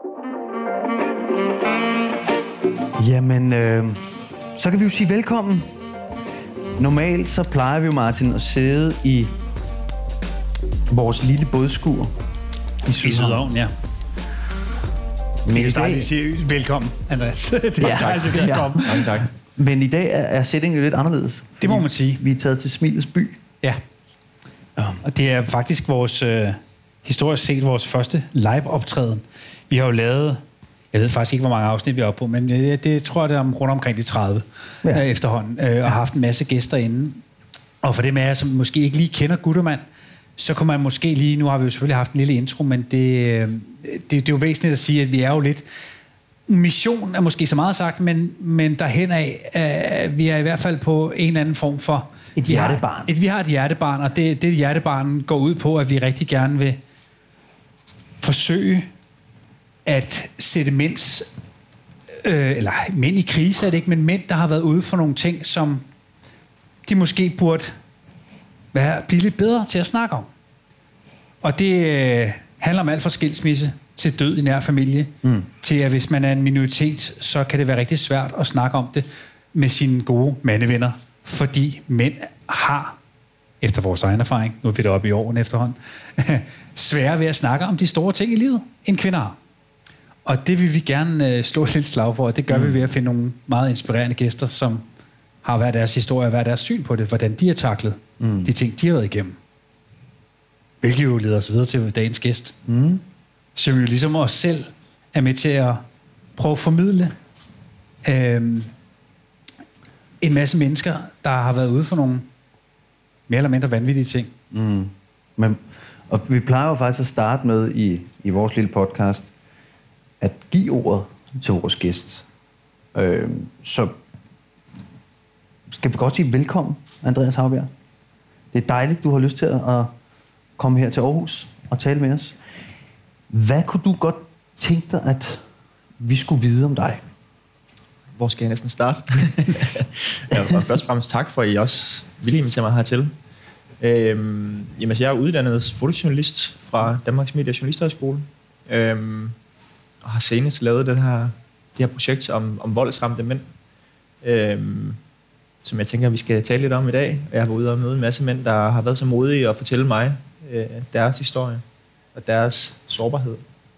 Jamen, så kan vi jo sige velkommen. Normalt så plejer vi jo, Martin, at sidde i vores lille bådskur i Sydhavn. Ja. Men i dag sige velkommen, Andreas. Det er dejligt, at komme. Ja. Tak. Men i dag er settingen jo lidt anderledes. Det må man sige. Vi er taget til Smilets by. Ja. Og det er faktisk vores historisk set vores første live-optræden. Vi har jo lavet, jeg ved faktisk ikke, hvor mange afsnit vi er oppe på, men det tror jeg, det er rundt omkring de 30 efterhånden, og har haft en masse gæster inde. Og for dem af jer, som måske ikke lige kender Guttermand, så kan man måske lige, nu har vi jo selvfølgelig haft en lille intro, men det er jo væsentligt at sige, at vi er jo lidt, mission er måske så meget sagt, men derhen af, vi er i hvert fald på en eller anden form for et hjertebarn. Vi har et hjertebarn, og det hjertebarn går ud på, at vi rigtig gerne vil forsøge at sætte eller mænd i krise er det ikke, men mænd, der har været ude for nogle ting, som de måske burde blive lidt bedre til at snakke om. Og det handler om alt fra skilsmisse til død i nær familie, til at hvis man er en minoritet, så kan det være rigtig svært at snakke om det med sine gode mandevenner, fordi mænd har, efter vores egen erfaring, nu er vi deroppe i årene efterhånden, sværere ved at snakke om de store ting i livet, end kvinder har. Og det vil vi gerne slå lidt slag for, og det gør vi ved at finde nogle meget inspirerende gæster, som har været deres historie og været deres syn på det, hvordan de har taklet de ting, de har været igennem. Hvilket jo leder os videre til dagens gæst, som jo ligesom os selv er med til at prøve at formidle en masse mennesker, der har været ude for nogle mere eller mindre vanvittige ting. Og vi plejer jo faktisk at starte med i vores lille podcast, at give ordet til vores gæst. Så skal vi godt sige velkommen, Andreas Haubjerg. Det er dejligt, du har lyst til at komme her til Aarhus og tale med os. Hvad kunne du godt tænke dig, at vi skulle vide om dig? Hvor skal jeg næsten starte? Og først og fremmest tak for, at I også ville invitere mig hertil. Jamen, jeg er uddannet fotojournalist fra Danmarks Medie- og Journalisthøjskole. Og har senest lavet det her projekt om voldsramte mænd, som jeg tænker, vi skal tale lidt om i dag. Jeg har været ude og møde en masse mænd, der har været så modige at fortælle mig deres historie og deres sårbarhed.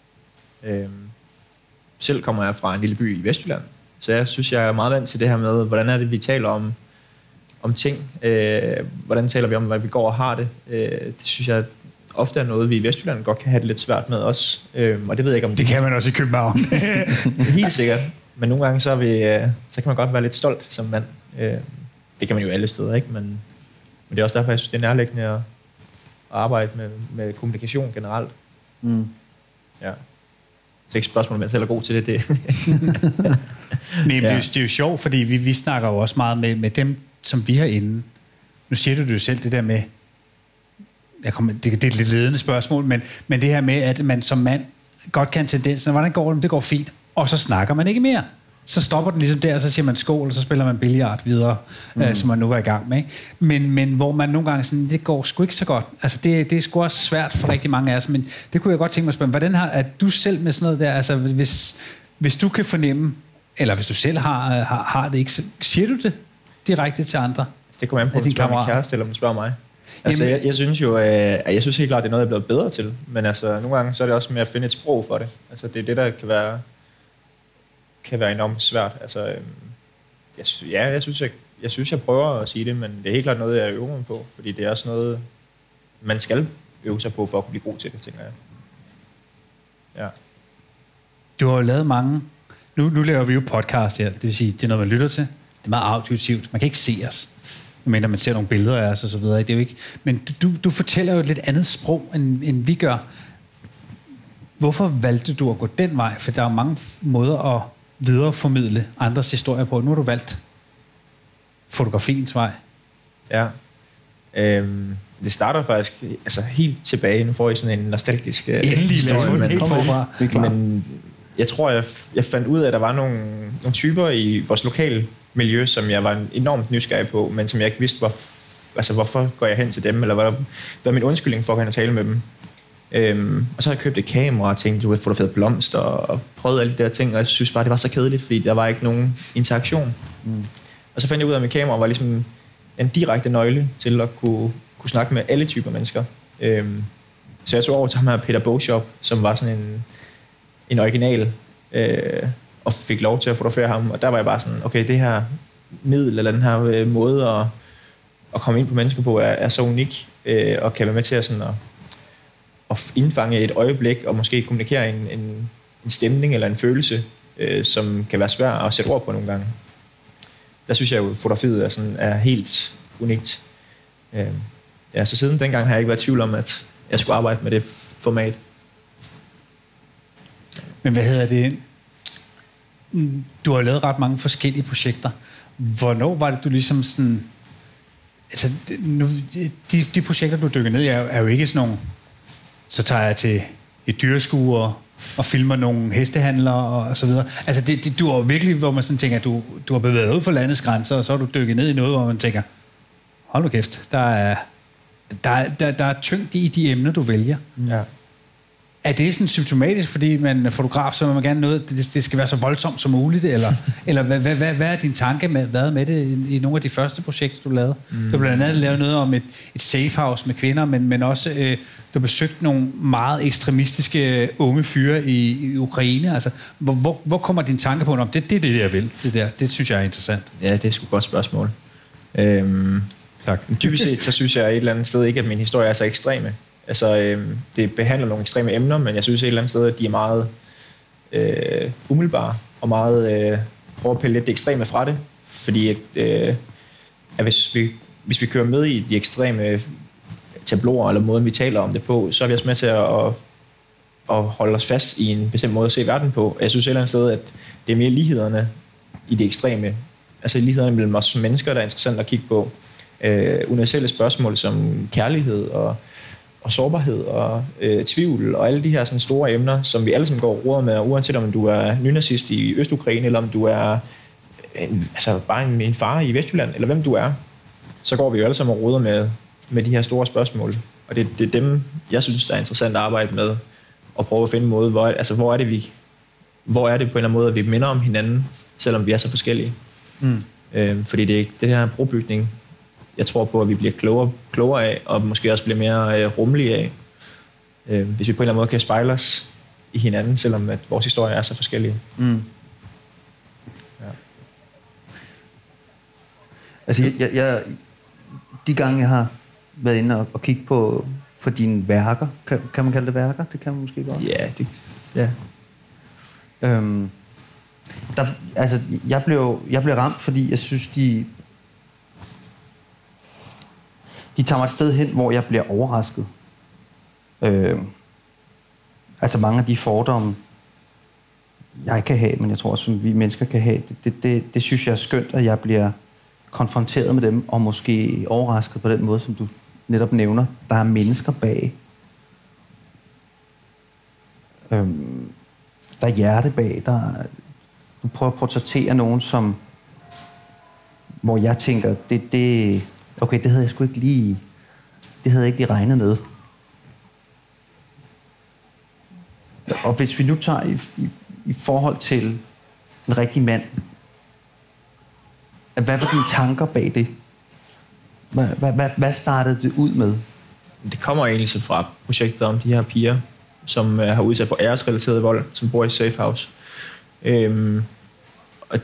Selv kommer jeg fra en lille by i Vestjylland, så jeg synes, jeg er meget vant til det her med, hvordan er det, vi taler om ting. Hvordan taler vi om, hvad vi går og har det. Det synes jeg ofte er noget, vi i Vestjylland godt kan have det lidt svært med os. Og det ved jeg ikke om det kan man også i København. Helt sikkert. Men nogle gange så kan man godt være lidt stolt som mand. Det kan man jo alle steder, ikke? Men det er også derfor, jeg synes, det er nærliggende at arbejde med kommunikation generelt. Ja. Så ikke spørgsmål, om jeg selv er god til det. Men det er jo sjovt, fordi vi snakker jo også meget med dem, som vi har inde. Nu siger du det jo selv, det der med, det er et lidt ledende spørgsmål, men det her med, at man som mand godt kan tendensen, hvordan går det? Det går fint, og så snakker man ikke mere. Så stopper den ligesom der, og så siger man skål, og så spiller man billiard videre, som man nu var i gang med. Ikke? Men hvor man nogle gange sådan, det går sgu ikke så godt. Altså det er sgu også svært for rigtig mange af os, men det kunne jeg godt tænke mig at spørge, hvordan er du selv med sådan noget der, altså hvis du kan fornemme, eller hvis du selv har det ikke, så siger du det direkte til andre? Det kommer an på, om du spørger min kæreste, eller om du spørger mig. Altså, jeg synes jo, jeg synes helt klart, det er noget, jeg er blevet bedre til. Men altså, nogle gange så er det også med at finde et sprog for det. Altså, det er det, der kan være enormt svært. Altså, jeg synes, jeg prøver at sige det, men det er helt klart noget, jeg øver mig på. Fordi det er også noget, man skal øve sig på, for at kunne blive god til det, tænker jeg. Ja. Du har jo lavet mange. Nu laver vi jo podcast her. Det vil sige, det er noget, man lytter til. Det er meget auditivt. Man kan ikke se os. Men man ser nogle billeder af os og så videre. Det er jo ikke. Men du fortæller jo et lidt andet sprog, end vi gør. Hvorfor valgte du at gå den vej? For der er mange måder at videreformidle andres historier på. Nu har du valgt fotografiens vej. Ja. Det starter faktisk helt tilbage. Nu får I sådan en nostalgisk historie. Men jeg tror, jeg fandt ud af, at der var nogle typer i vores lokale miljø, som jeg var enormt nysgerrig på, men som jeg ikke vidste, hvorfor går jeg hen til dem, eller hvad er min undskyldning for at gå hen og tale med dem. Og så har jeg købt et kamera og tænkt, du har fotograferet blomster og prøvet alle de der ting, og jeg synes bare, det var så kedeligt, fordi der var ikke nogen interaktion. Og så fandt jeg ud af, at mit kamera var ligesom en direkte nøgle til at kunne snakke med alle typer mennesker. Så jeg tog over til ham her, Peter Bogshop, som var sådan en original, og fik lov til at fotografere ham. Og der var jeg bare sådan, okay, det her middel, eller den her måde at komme ind på mennesker på, er så unik, og kan være med til at indfange et øjeblik, og måske kommunikere en stemning eller en følelse, som kan være svær at sætte ord på nogle gange. Der synes jeg jo, at fotografiet er helt unikt. Så siden dengang har jeg ikke været i tvivl om, at jeg skulle arbejde med det format. Men hvad hedder det? Du har lavet ret mange forskellige projekter. Hvornår var det, du ligesom sådan... Altså, nu, de projekter, du dykker ned i, er jo ikke sådan nogle... Så tager jeg til et dyreskue og filmer nogle hestehandlere og så videre. Altså, du er virkelig, hvor man sådan tænker, at du har bevæget ud for landets grænser, og så har du dykket ned i noget, hvor man tænker, hold nu kæft, der er tyngde i de emner, du vælger. Ja. Er det sådan symptomatisk, fordi man er fotograf, så vil man gerne noget, det skal være så voldsomt som muligt, eller hvad er din tanke med det i nogle af de første projekter, du lavede? Du har blandt andet lavet noget om et safe house med kvinder, men også du har besøgt nogle meget ekstremistiske unge fyre i Ukraine. Altså, hvor kommer din tanke på, det er det, jeg vil? Det synes jeg er interessant. Ja, det er sgu et godt spørgsmål. Tak. Dybest set, så synes jeg et eller andet sted ikke, at min historie er så ekstreme. Altså, det behandler nogle ekstreme emner, men jeg synes et eller andet sted, at de er meget umiddelbare, og meget prøver at pille lidt det ekstreme fra det. Fordi at hvis vi kører med i de ekstreme tabloer, eller måden vi taler om det på, så er vi også med til at holde os fast i en bestemt måde at se verden på. Jeg synes et eller andet sted, at det er mere lighederne i det ekstreme. Altså lighederne mellem os som mennesker, der er interessant at kigge på. Universelle spørgsmål som kærlighed og sårbarhed og tvivl og alle de her sådan store emner, som vi alle sammen går og roder med, uanset om du er nynazist i Østukraine, eller om du er bare en far i Vestjylland, eller hvem du er, så går vi jo alle sammen og roder med de her store spørgsmål. Og det er dem, jeg synes, der er interessant at arbejde med, og prøve at finde en måde, hvor er det på en eller anden måde, at vi minder om hinanden, selvom vi er så forskellige. Fordi det er det her brobygning, jeg tror på, at vi bliver klogere af, og måske også bliver mere rummelige af, hvis vi på en eller anden måde kan spejle os i hinanden, selvom at vores historie er så forskellige. Ja. Altså, jeg de gange, jeg har været inde og kigge på dine værker, kan man kalde det værker? Det kan man måske godt. Ja. Jeg blev ramt, fordi jeg synes, de tager mig et sted hen, hvor jeg bliver overrasket. Mange af de fordomme, jeg kan have, men jeg tror også, som vi mennesker kan have, det synes jeg er skønt, at jeg bliver konfronteret med dem, og måske overrasket på den måde, som du netop nævner. Der er mennesker bag. Der er hjerte bag. Du prøver at portrættere nogen, hvor jeg tænker, okay, det havde jeg sgu ikke lige... Det havde jeg ikke lige regnet med. Og hvis vi nu tager i forhold til en rigtig mand, hvad var dine tanker bag det? Hvad startede det ud med? Det kommer egentlig så fra projektet om de her piger, som har udsat for æresrelateret vold, som bor i safe house. Og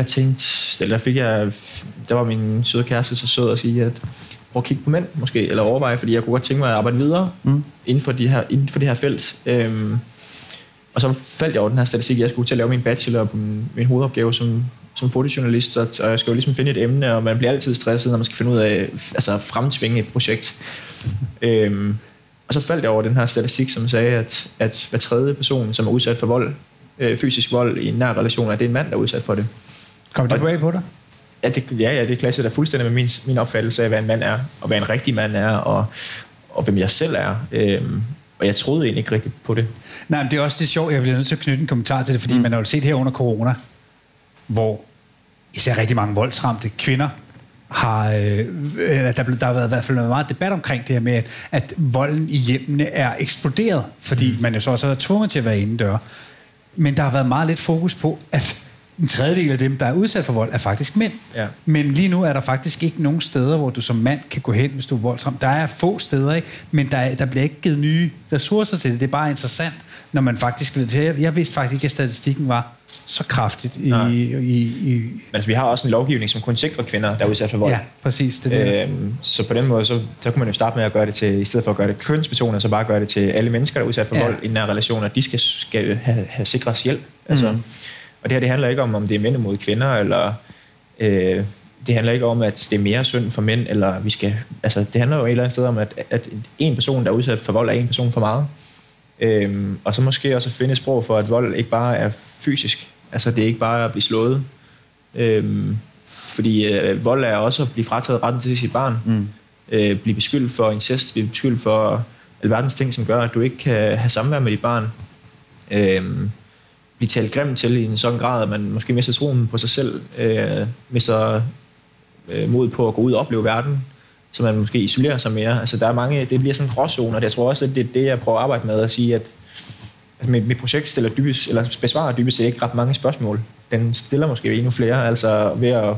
der var min søde kæreste så sød at sige, at prøv at kigge på mænd måske, eller overveje, fordi jeg kunne godt tænke mig at arbejde videre inden for det her felt. Og så faldt jeg over den her statistik, jeg skulle til at lave min bachelor på min hovedopgave som fotojournalist, og jeg skal jo ligesom finde et emne, og man bliver altid stresset, når man skal finde ud af, fremtvinge et projekt. Og så faldt jeg over den her statistik, som sagde, at hver tredje person, som er udsat for vold, fysisk vold i en nær relation, at det er en mand, der er udsat for det. Kom det bag på dig? Ja, det klasser der fuldstændig med min opfattelse af, hvad en mand er, og hvad en rigtig mand er, og hvem jeg selv er. Og jeg troede egentlig ikke rigtigt på det. Nej, men det er også det sjovt, jeg bliver nødt til at knytte en kommentar til det, fordi man har jo set her under corona, hvor især rigtig mange voldsramte kvinder der har været i hvert fald meget debat omkring det her med, at volden i hjemmene er eksploderet, fordi man jo så også er tvunget til at være indendør. Men der har været meget lidt fokus på, at en tredjedel af dem, der er udsat for vold, er faktisk mænd. Ja. Men lige nu er der faktisk ikke nogen steder, hvor du som mand kan gå hen, hvis du er voldsramt. Der er få steder, ikke? Men der bliver ikke givet nye ressourcer til det. Det er bare interessant, når man faktisk ved. Jeg vidste faktisk ikke, at statistikken var så kraftigt i... Men altså, vi har også en lovgivning, som kun sikrer kvinder, der er udsat for vold. Ja, præcis. Det så på den måde, så kunne man jo starte med at gøre det til, i stedet for at gøre det kønsbetonet, så bare gøre det til alle mennesker, der er udsat for vold i nære relationer. De skal have sikres hjælp. Altså, og det her, det handler ikke om det er mænd mod kvinder, eller det handler ikke om, at det er mere synd for mænd, eller vi skal... Altså, det handler jo et eller andet sted om, at en person, der er udsat for vold, er en person for meget. Og så måske også at finde et sprog for, at vold ikke bare er fysisk. Altså, det er ikke bare at blive slået. Fordi vold er også at blive frataget retten til sit barn. Blive beskyldt for incest, blive beskyldt for alverdens ting, som gør, at du ikke kan have samvær med dit barn. Blive talt grimt til i en sådan grad, at man måske mister troen på sig selv, mister mod på at gå ud og opleve verden, så man måske isolerer sig mere. Altså, der er mange, det bliver sådan en gråzone, og jeg tror også, at det er det, jeg prøver at arbejde med, at sige, at mit projekt besvarer dybest set ikke ret mange spørgsmål. Den stiller måske endnu flere, altså ved at...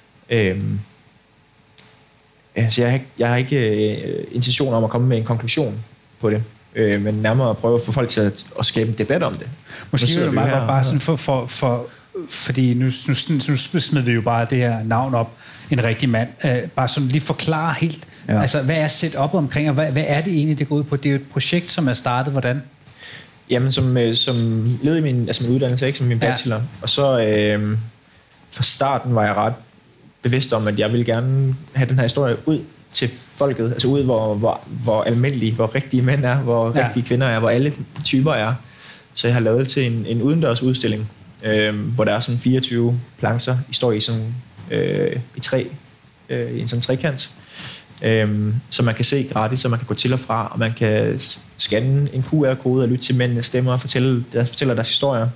altså jeg har ikke intention om at komme med en konklusion på det, men nærmere at prøve at få folk til at skabe en debat om det. Måske er det meget bare sådan fordi nu smider vi jo bare det her navn op, en rigtig mand, bare sådan lige forklare helt, altså hvad er setup'et omkring, og hvad er det egentlig, det går ud på? Det er jo et projekt, som er startet, hvordan? Jamen, som led i min uddannelse, ikke, som min bachelor, og så fra starten var jeg ret bevidst om, at jeg ville gerne have den her historie ud til folket, altså ud, hvor almindelige, hvor rigtige mænd er, hvor rigtige kvinder er, hvor alle typer er. Så jeg har lavet det til en udendørs udstilling, hvor der er sådan 24 plancher, I står i sådan i træ, i en sådan trekant, så man kan se gratis, så man kan gå til og fra, og man kan scanne en QR-kode og lytte til mændenes stemmer og fortæller deres historier.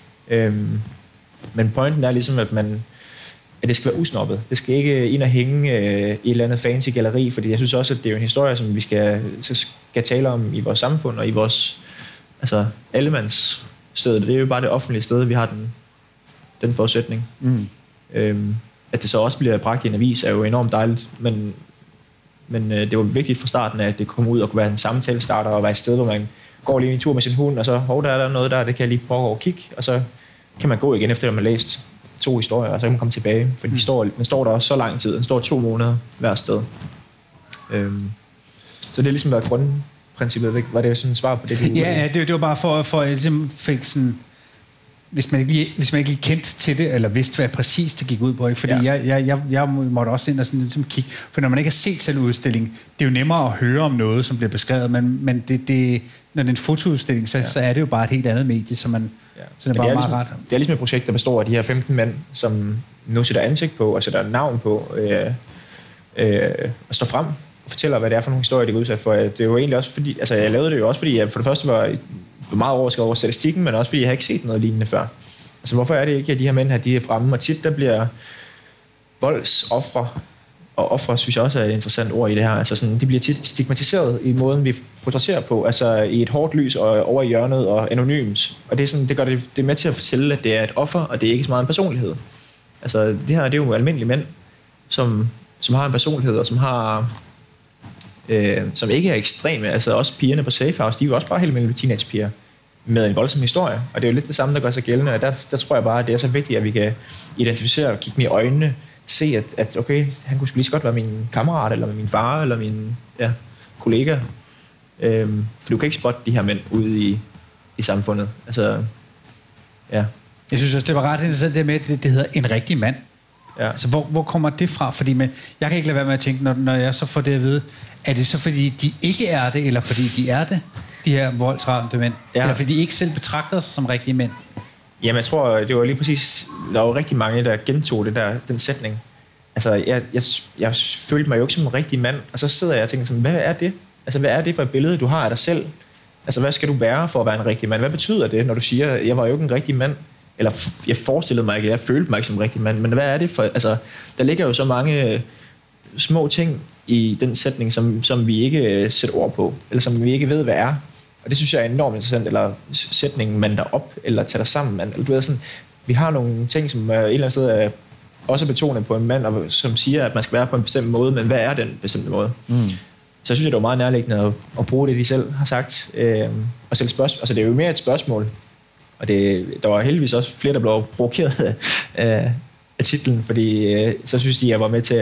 Men pointen er ligesom, at det skal være usnoppet. Det skal ikke ind og hænge i et eller andet fancy galleri, fordi jeg synes også, at det er jo en historie, som vi skal tale om i vores samfund og i vores allemands sted. Det er jo bare det offentlige sted, vi har den forudsætning. At det så også bliver bragt i en avis, er jo enormt dejligt, men det var vigtigt fra starten, at det kom ud og kunne være en samtalestarter og være et sted, hvor man går lige en tur med sin hund, og så, der er der noget der, det kan jeg lige prøve at kigge, og så kan man gå igen efter, at man har læst 2 historier, og så kan man komme tilbage, for den står der også så lang tid, den står 2 måneder hver sted. Så det er ligesom været grundprincippet, var det jo sådan et svar på det? Ja, det var bare for at ligesom fik sådan... Hvis man ikke lige kendte til det, eller vidste, hvad præcis det gik ud på. Ikke? Fordi jeg måtte også ind og sådan, ligesom kigge. For når man ikke har set selv en udstilling, det er jo nemmere at høre om noget, som bliver beskrevet, men når det er en fotoudstilling, så er det jo bare et helt andet medie, så man... Ja. Så det er bare meget ret. Det er ligesom et projekt, der består af de her 15 mænd, som nu sætter ansigt på, og sætter navn på, og står frem og fortæller, hvad det er for nogle historier, de er udsat for. Det er jo egentlig også fordi... Altså, jeg lavede det jo også, fordi jeg for det første var meget overrasket over statistikken, men også fordi jeg har ikke set noget lignende før. Altså, hvorfor er det ikke, at de her mænd her, de er fremme? Og tit, der bliver voldsofre, og ofre synes jeg også er et interessant ord i det her. Altså, sådan, de bliver tit stigmatiseret i måden, vi portrætterer på, altså i et hårdt lys og over i hjørnet og anonymt. Og det er sådan, det gør det er med til at fortælle, at det er et offer, og det er ikke så meget en personlighed. Altså, det her, det er jo almindelige mænd, som har en personlighed, og som ikke er ekstreme. Altså også pigerne på Safe House, de er jo også bare helt almindelige teenagepiger med en voldsom historie. Og det er jo lidt det samme, der gør sig gældende. Og der tror jeg bare, at det er så vigtigt, at vi kan identificere og kigge dem i øjnene, se, at okay, han kunne lige så godt være min kammerat, eller min far, eller min kollega. For du kan ikke spotte de her mænd ude i samfundet. Altså, ja. Jeg synes også, det var ret interessant det med, at det hedder en rigtig mand. Ja. Altså, hvor kommer det fra? Fordi jeg kan ikke lade være med at tænke, når jeg så får det at vide, er det så fordi, de ikke er det, eller fordi de er det, de her voldsramte mænd? Ja. Eller fordi de ikke selv betragter sig som rigtige mænd? Jamen, jeg tror, det var lige præcis, der var rigtig mange, der gentog den sætning. Altså, jeg følte mig jo ikke som en rigtig mand, og så sidder jeg og tænker sådan, hvad er det? Altså, hvad er det for et billede, du har af dig selv? Altså, hvad skal du være for at være en rigtig mand? Hvad betyder det, når du siger, jeg var jo ikke en rigtig mand? Eller jeg forestillede mig ikke, jeg følte mig ikke som en rigtig mand, men hvad er det for? Altså, der ligger jo så mange små ting i den sætning, som vi ikke sætter ord på, eller som vi ikke ved, hvad er. Og det synes jeg er enormt interessant, eller sætningen mand dig op, eller tage dig sammen. Eller, du ved, sådan, vi har nogle ting, som et eller andet sted er også betonet på en mand, og som siger, at man skal være på en bestemt måde, men hvad er den bestemte måde? Så jeg synes, det var meget nærliggende at bruge det, de selv har sagt. Og stille spørgsmål. Altså, det er jo mere et spørgsmål. Og der var heldigvis også flere, der blev provokeret af titlen, fordi så synes de, at jeg var med til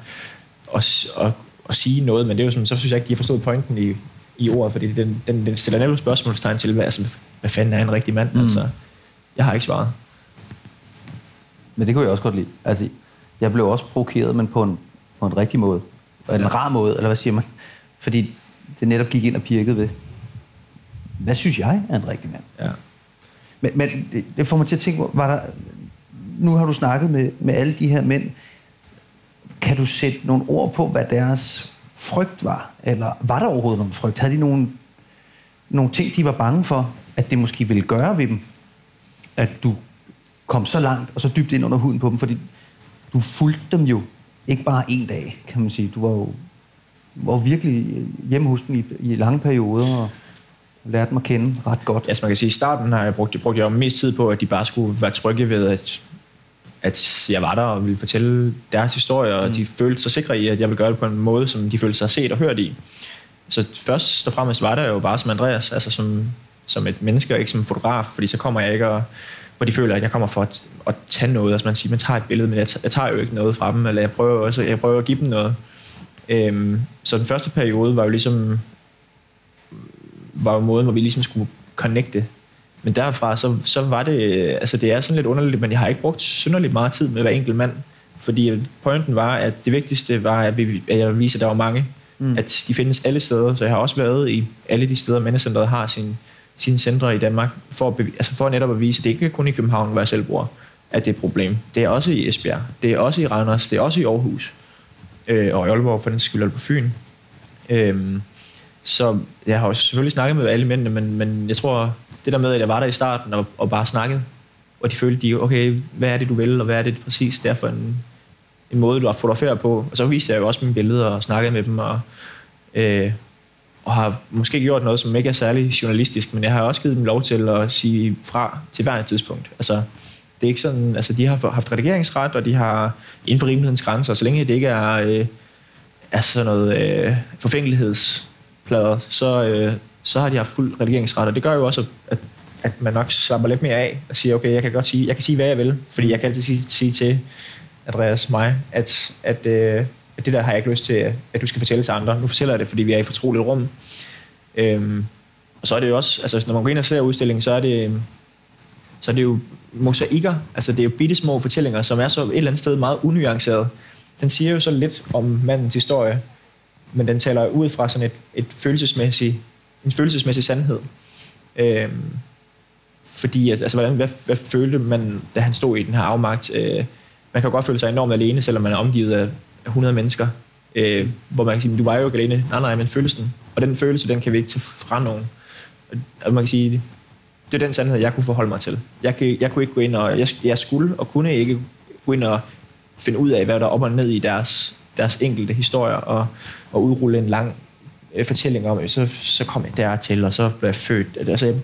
at sige noget, men det er jo sådan, så synes jeg ikke, de har forstået pointen i ordet, fordi den stiller nemlig spørgsmålstegn til, hvad fanden er en rigtig mand? Altså, jeg har ikke svaret. Men det kunne jeg også godt lide. Altså, jeg blev også provokeret, men på en rigtig måde. Eller en rar måde, eller hvad siger man? Fordi det netop gik ind og pirkede ved, hvad synes jeg er en rigtig mand? Ja. Men det får mig til at tænke, nu har du snakket med alle de her mænd. Kan du sætte nogle ord på, hvad deres frygt var? Eller var der overhovedet nogen frygt? Havde de nogle ting, de var bange for, at det måske ville gøre ved dem? At du kom så langt og så dybt ind under huden på dem? Fordi du fulgte dem jo ikke bare en dag, kan man sige. Du var virkelig hjemme hos dem i lange perioder og lærte dem at kende ret godt. Altså man kan sige, i starten har jeg brugte jeg mest tid på, at de bare skulle være trygge ved, at jeg var der og ville fortælle deres historie, og de følte sig sikre i, at jeg ville gøre det på en måde, som de følte sig set og hørt i. Så først og fremmest var der jo bare som Andreas, altså som et menneske og ikke som fotograf, fordi så kommer jeg ikke hvor de føler, at jeg kommer for at tage noget. Altså man siger, man tager et billede, men jeg tager jo ikke noget fra dem, eller jeg prøver at give dem noget. Så den første periode var jo ligesom måden, hvor vi ligesom skulle connecte. Men derfra, så var det, altså det er sådan lidt underligt, men jeg har ikke brugt synderligt meget tid med hver enkelt mand, fordi pointen var, at det vigtigste var, at jeg viser, at der var mange, at de findes alle steder, så jeg har også været i alle de steder, Mandecentret har sine centre i Danmark, for netop at vise, at det ikke er kun i København, hvor jeg selv bor, at det er et problem. Det er også i Esbjerg, det er også i Randers, det er også i Aarhus, og i Aalborg for den skyld, eller på Fyn. Så jeg har jo selvfølgelig snakket med alle mændene, men jeg tror, det der med, at jeg var der i starten og bare snakkede, og de følte, okay, hvad er det, du vil, og hvad er det præcis, det er for en måde, du har fotograferet på. Og så viste jeg jo også mine billeder og snakkede med dem, og har måske gjort noget, som ikke er særlig journalistisk, men jeg har også givet dem lov til at sige fra til hver et tidspunkt. Altså, det er ikke sådan, altså de har haft redigeringsret, og de har inden for rimelighedens grænser, og så længe det ikke er sådan noget forfængelighedsplader, så har de haft fuld redigeringsret, og det gør jo også, at man nok slapper lidt mere af og siger, okay, jeg kan sige, hvad jeg vil, fordi jeg kan altid sige til Andreas mig, at det der har jeg ikke lyst til, at du skal fortælle til andre. Nu fortæller jeg det, fordi vi er i et fortroligt rum. Og så er det jo også, altså når man går ind og ser udstillingen, så er det jo mosaikker, altså det er jo bittesmå fortællinger, som er så et eller andet sted meget unuanceret. Den siger jo så lidt om mandens historie, men den taler ud fra sådan en følelsesmæssig sandhed. Fordi, altså, hvad følte man, da han stod i den her afmagt? Man kan jo godt føle sig enormt alene, selvom man er omgivet af 100 mennesker. Hvor man kan sige, du var jo ikke alene. Nej, men følelsen. Og den følelse, den kan vi ikke tage fra nogen. Og man kan sige, det er den sandhed, jeg kunne forholde mig til. Jeg kunne ikke gå ind, og jeg skulle og kunne ikke gå ind og finde ud af, hvad der er op og ned i deres enkelte historier, og udrulle en lang fortælling om, så kom jeg dertil, og så blev jeg født. Altså,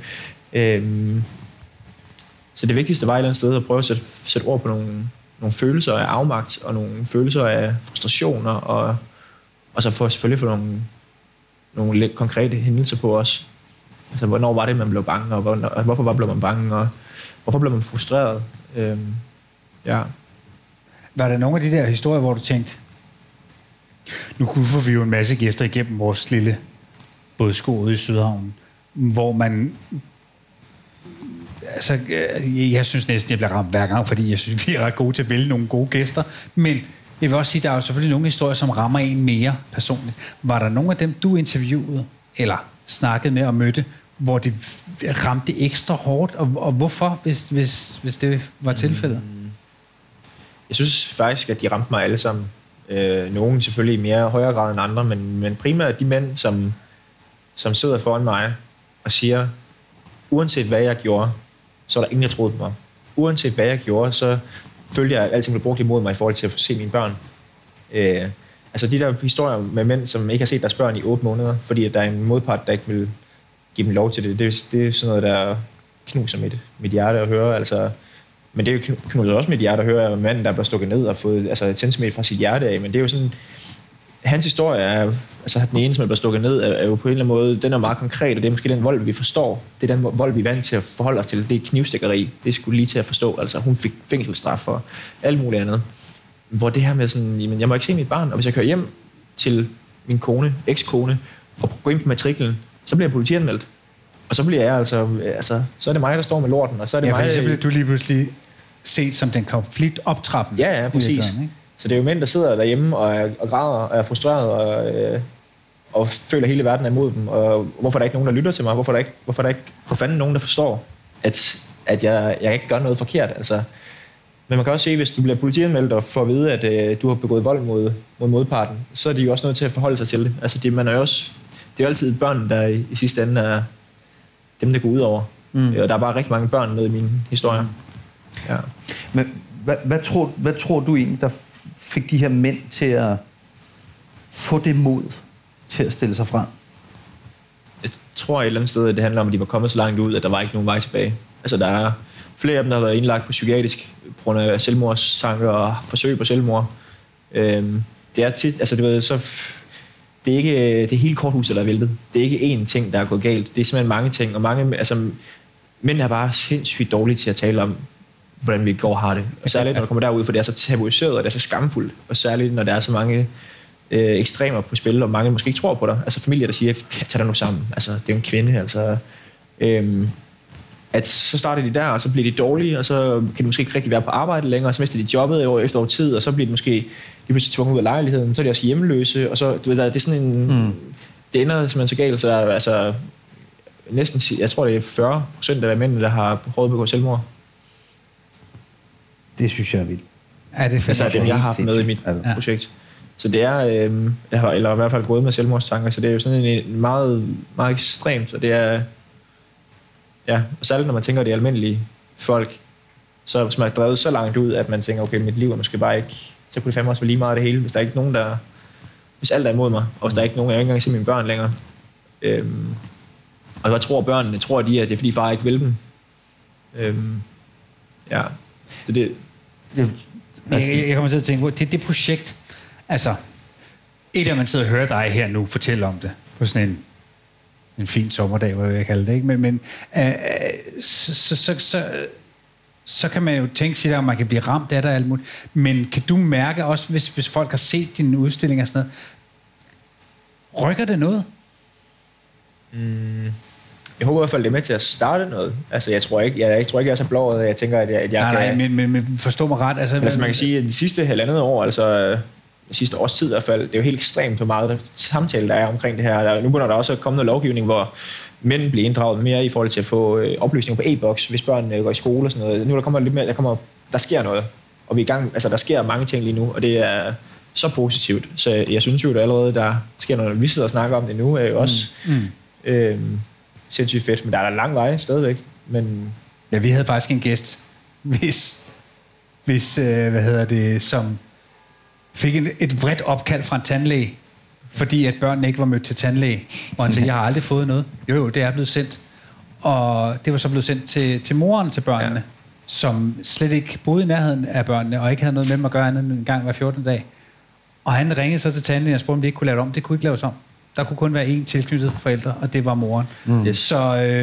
så det vigtigste var et eller andet sted at prøve at sætte ord på nogle følelser af afmagt, og nogle følelser af frustrationer, og så selvfølgelig få nogle lidt konkrete hændelser på os. Altså, hvornår var det, man blev bange, og hvorfor blev man bange, og hvorfor blev man frustreret? Ja. Var der nogle af de der historier, hvor du tænkte, nu får vi jo en masse gæster igennem vores lille bådsko ude i Sydhavnen, hvor man, altså, jeg synes næsten, jeg bliver ramt hver gang, fordi jeg synes, vi er ret gode til at vælge nogle gode gæster, men jeg vil også sige, der er jo selvfølgelig nogle historier, som rammer en mere personligt. Var der nogle af dem, du interviewede, eller snakkede med og mødte, hvor det ramte ekstra hårdt, og hvorfor, hvis det var tilfældet? Jeg synes faktisk, at de ramte mig alle sammen. Nogen selvfølgelig i mere højere grad end andre, men primært de mænd, som sidder foran mig og siger, uanset hvad jeg gjorde, så er der ingen, der troede på mig. Uanset hvad jeg gjorde, så følte jeg, at alting blev brugt imod mig i forhold til at få se mine børn. Altså de der historier med mænd, som ikke har set deres børn i 8 måneder, fordi at der er en modpart, der ikke vil give dem lov til det. Det er sådan noget, der knuser mit hjerte at høre. Altså, men det er jo knuser også mit hjerte at høre af manden, der bliver stukket ned og fået et centimeter fra sit hjerte af. Men det er jo sådan, hans historie er, altså den ene, som er blevet stukket ned, er jo på en eller anden måde, den er meget konkret, og det er måske den vold, vi forstår. Det er den vold, vi er vant til at forholde os til. Det er knivstikkeri. Det skulle lige til at forstå. Altså hun fik fængselsstraf for alt muligt andet. Hvor det her med sådan, jamen, jeg må ikke se mit barn, og hvis jeg kører hjem til min kone, ekskone, og går ind på matriklen, så bliver jeg politianmeldt. Og så bliver jeg altså, så er det mig, der står med lorten, og så er det mig... så bliver du lige pludselig set som den konflikt optrappen. Ja, præcis. Så det er jo mænd, der sidder derhjemme og græder og er frustreret og føler, at hele verden er imod dem. Og hvorfor er der ikke nogen, der lytter til mig? Hvorfor er der ikke for fanden nogen, der forstår, at jeg ikke gør noget forkert? Altså, men man kan også se, hvis du bliver politianmeldt og får at vide, at du har begået vold mod modparten, så er de jo også nødt til at forholde sig til det. Altså, det er jo altid børn, der i sidste ende er dem, der går ud over. Og der er bare rigtig mange børn med i mine historier. Ja. Men hvad tror du egentlig, der fik de her mænd til at få det mod til at stille sig frem? Jeg tror et eller andet sted, at det handler om, at de var kommet så langt ud, at der var ikke nogen vej tilbage. Altså, der er flere af dem, der har været indlagt på psykiatrisk på grund af selvmordstanker og forsøg på selvmord. Det er tit, altså du ved, så det er ikke det hele korthuset, der er væltet. Det er ikke én ting, der er gået galt. Det er simpelthen mange ting, og mange, altså mænd er bare sindssygt dårlige til at tale om, hvordan vi går og har det. Og særligt, når det kommer derud, for det er så tabuiseret, og det er så skamfuldt. Og særligt, når der er så mange ekstremer på spil, og mange måske ikke tror på dig. Altså familier, der siger, tag dig nu sammen. Altså, det er jo en kvinde, altså. At så starter de der, og så bliver de dårlige, og så kan de måske ikke rigtig være på arbejde længere, og så mister de jobbet efter over tid, og så bliver de måske tvunget ud af lejligheden, så er de også hjemløse, og så, du ved, det er sådan en... Det ender simpelthen så galt, så altså, næsten, jeg tror det er 40% af mændene, der har prøvet at begå selvmord. Det synes jeg er vildt. Ja, det altså, det jeg har haft med i mit projekt. Så det er, jeg har, eller i hvert fald gået med selvmordstanker, så det er jo sådan en meget, meget ekstremt, så det er, ja, og særligt når man tænker, det er almindelige folk, så hvis man er drevet så langt ud, at man tænker, okay, mit liv er måske bare ikke, så kunne det fandme også være lige meget af det hele, hvis der er ikke nogen, der, hvis alt er imod mig, og hvis der er ikke nogen, jeg ikke engang se mine børn længere. Og hvad tror børnene? Tror de, at det er fordi far ikke vil dem? Ja, så det... Jeg kommer til at tænke på, det projekt, altså, et af man sidder og hører dig her nu fortælle om det, på sådan en fin sommerdag, hvad jeg kalder det, ikke? Men så kan man jo tænke sig, at man kan blive ramt af det alt muligt. Men kan du mærke også, hvis folk har set dine udstillinger og sådan noget, rykker det noget? Jeg håber i hvert fald, det er med til at starte noget. Altså, jeg tror ikke, jeg er så blåret, jeg tænker, at jeg kan... Nej, men forstå mig ret. Altså, man kan sige, at de sidste 1,5 år, altså de sidste års tid i hvert fald, det er jo helt ekstremt, hvor meget samtale der er omkring det her. Nu begynder der også at komme noget lovgivning, hvor mænd bliver inddraget mere i forhold til at få oplysninger på e-boks, hvis børn går i skole og sådan noget. Nu der kommer lidt mere, der sker noget, og vi er i gang, altså der sker mange ting lige nu, og det er så positivt. Så jeg synes jo, at allerede der sker noget, vi sidder og snakker om det nu, er jo også sindssygt fedt, men der er der lang vej stadigvæk. Men ja, vi havde faktisk en gæst, hvis som fik et vredt opkald fra en tandlæge, fordi at børnene ikke var mødt til tandlæge, og han sagde, jeg har aldrig fået noget. Jo, det er blevet sendt. Og det var så blevet sendt til moren til børnene, som slet ikke boede i nærheden af børnene, og ikke havde noget med dem at gøre andet end en gang hver 14. dag. Og han ringede så til tandlægen og spurgte, om de ikke kunne lave det om. Det kunne ikke laves om. Der kunne kun være én tilknyttet forældre, og det var moren. Så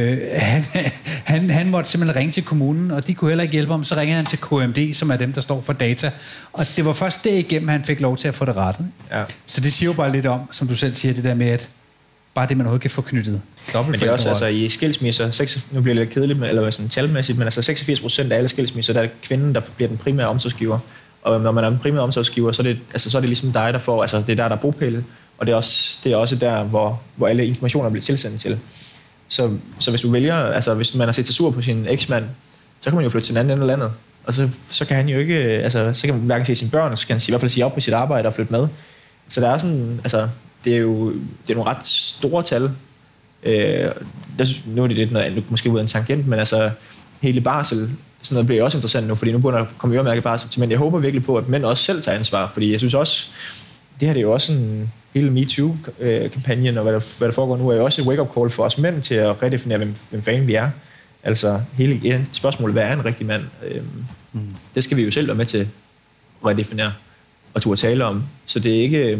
han måtte simpelthen ringe til kommunen, og de kunne heller ikke hjælpe ham. Så ringede han til KMD, som er dem, der står for data. Og det var først derigennem, han fik lov til at få det rettet. Ja. Så det siger jo bare lidt om, som du selv siger, det der med, at bare det, man overhovedet kan få knyttet. Men det er også, altså i skilsmisser, nu bliver det lidt kedeligt, eller sådan talmæssigt, men altså 86% af alle skilsmisser, der er kvinden, der bliver den primære omsorgsgiver. Og når man er den primære omsorgsgiver, så er det ligesom dig, der får, altså det er der er bopælet. Og det er også der, hvor alle informationer bliver tilsendt til. Så hvis du vælger, altså hvis man har set sig sur på sin eksmand, så kan man jo flytte til en anden ende af landet. Og så kan han jo ikke, altså så kan man hverken se sine børn, og så kan han i hvert fald sige op på sit arbejde og flytte med. Så der er sådan, altså det er nogle ret store tal. Nu er det lidt noget, måske ud af en tangent, men altså hele barsel, sådan noget bliver også interessant nu, fordi nu begynder der at komme øremærket barsel til mænd. Jeg håber virkelig på, at mænd også selv tager ansvar, fordi jeg synes også, det her det er jo også en hele MeToo-kampagnen, og hvad der foregår nu, er jo også et wake-up call for os mænd til at redefinere, hvem fanden vi er. Altså hele spørgsmålet, hvad er en rigtig mand? Det skal vi jo selv være med til at redefinere og turde tale om. Så det er ikke...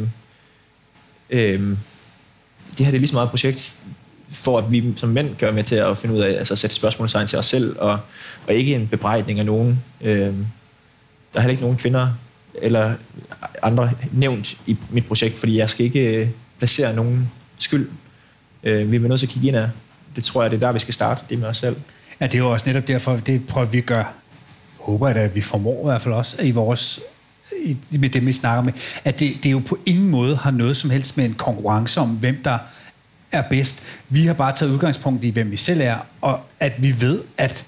det her det er lige så meget et projekt, for at vi som mænd kan være med til at finde ud af, altså at sætte spørgsmålstegn til os selv, og ikke en bebrejdning af nogen. Der er heller ikke nogen kvinder eller andre nævnt i mit projekt, fordi jeg skal ikke placere nogen skyld. Vi er nødt til at kigge ind af. Det tror jeg, det er der, vi skal starte, det med os selv. Ja, det er jo også netop derfor, det prøver vi at gøre. Håber jeg da, at vi formår i hvert fald også i vores, med det, vi snakker med, at det jo på ingen måde har noget som helst med en konkurrence om, hvem der er bedst. Vi har bare taget udgangspunkt i, hvem vi selv er, og at vi ved, at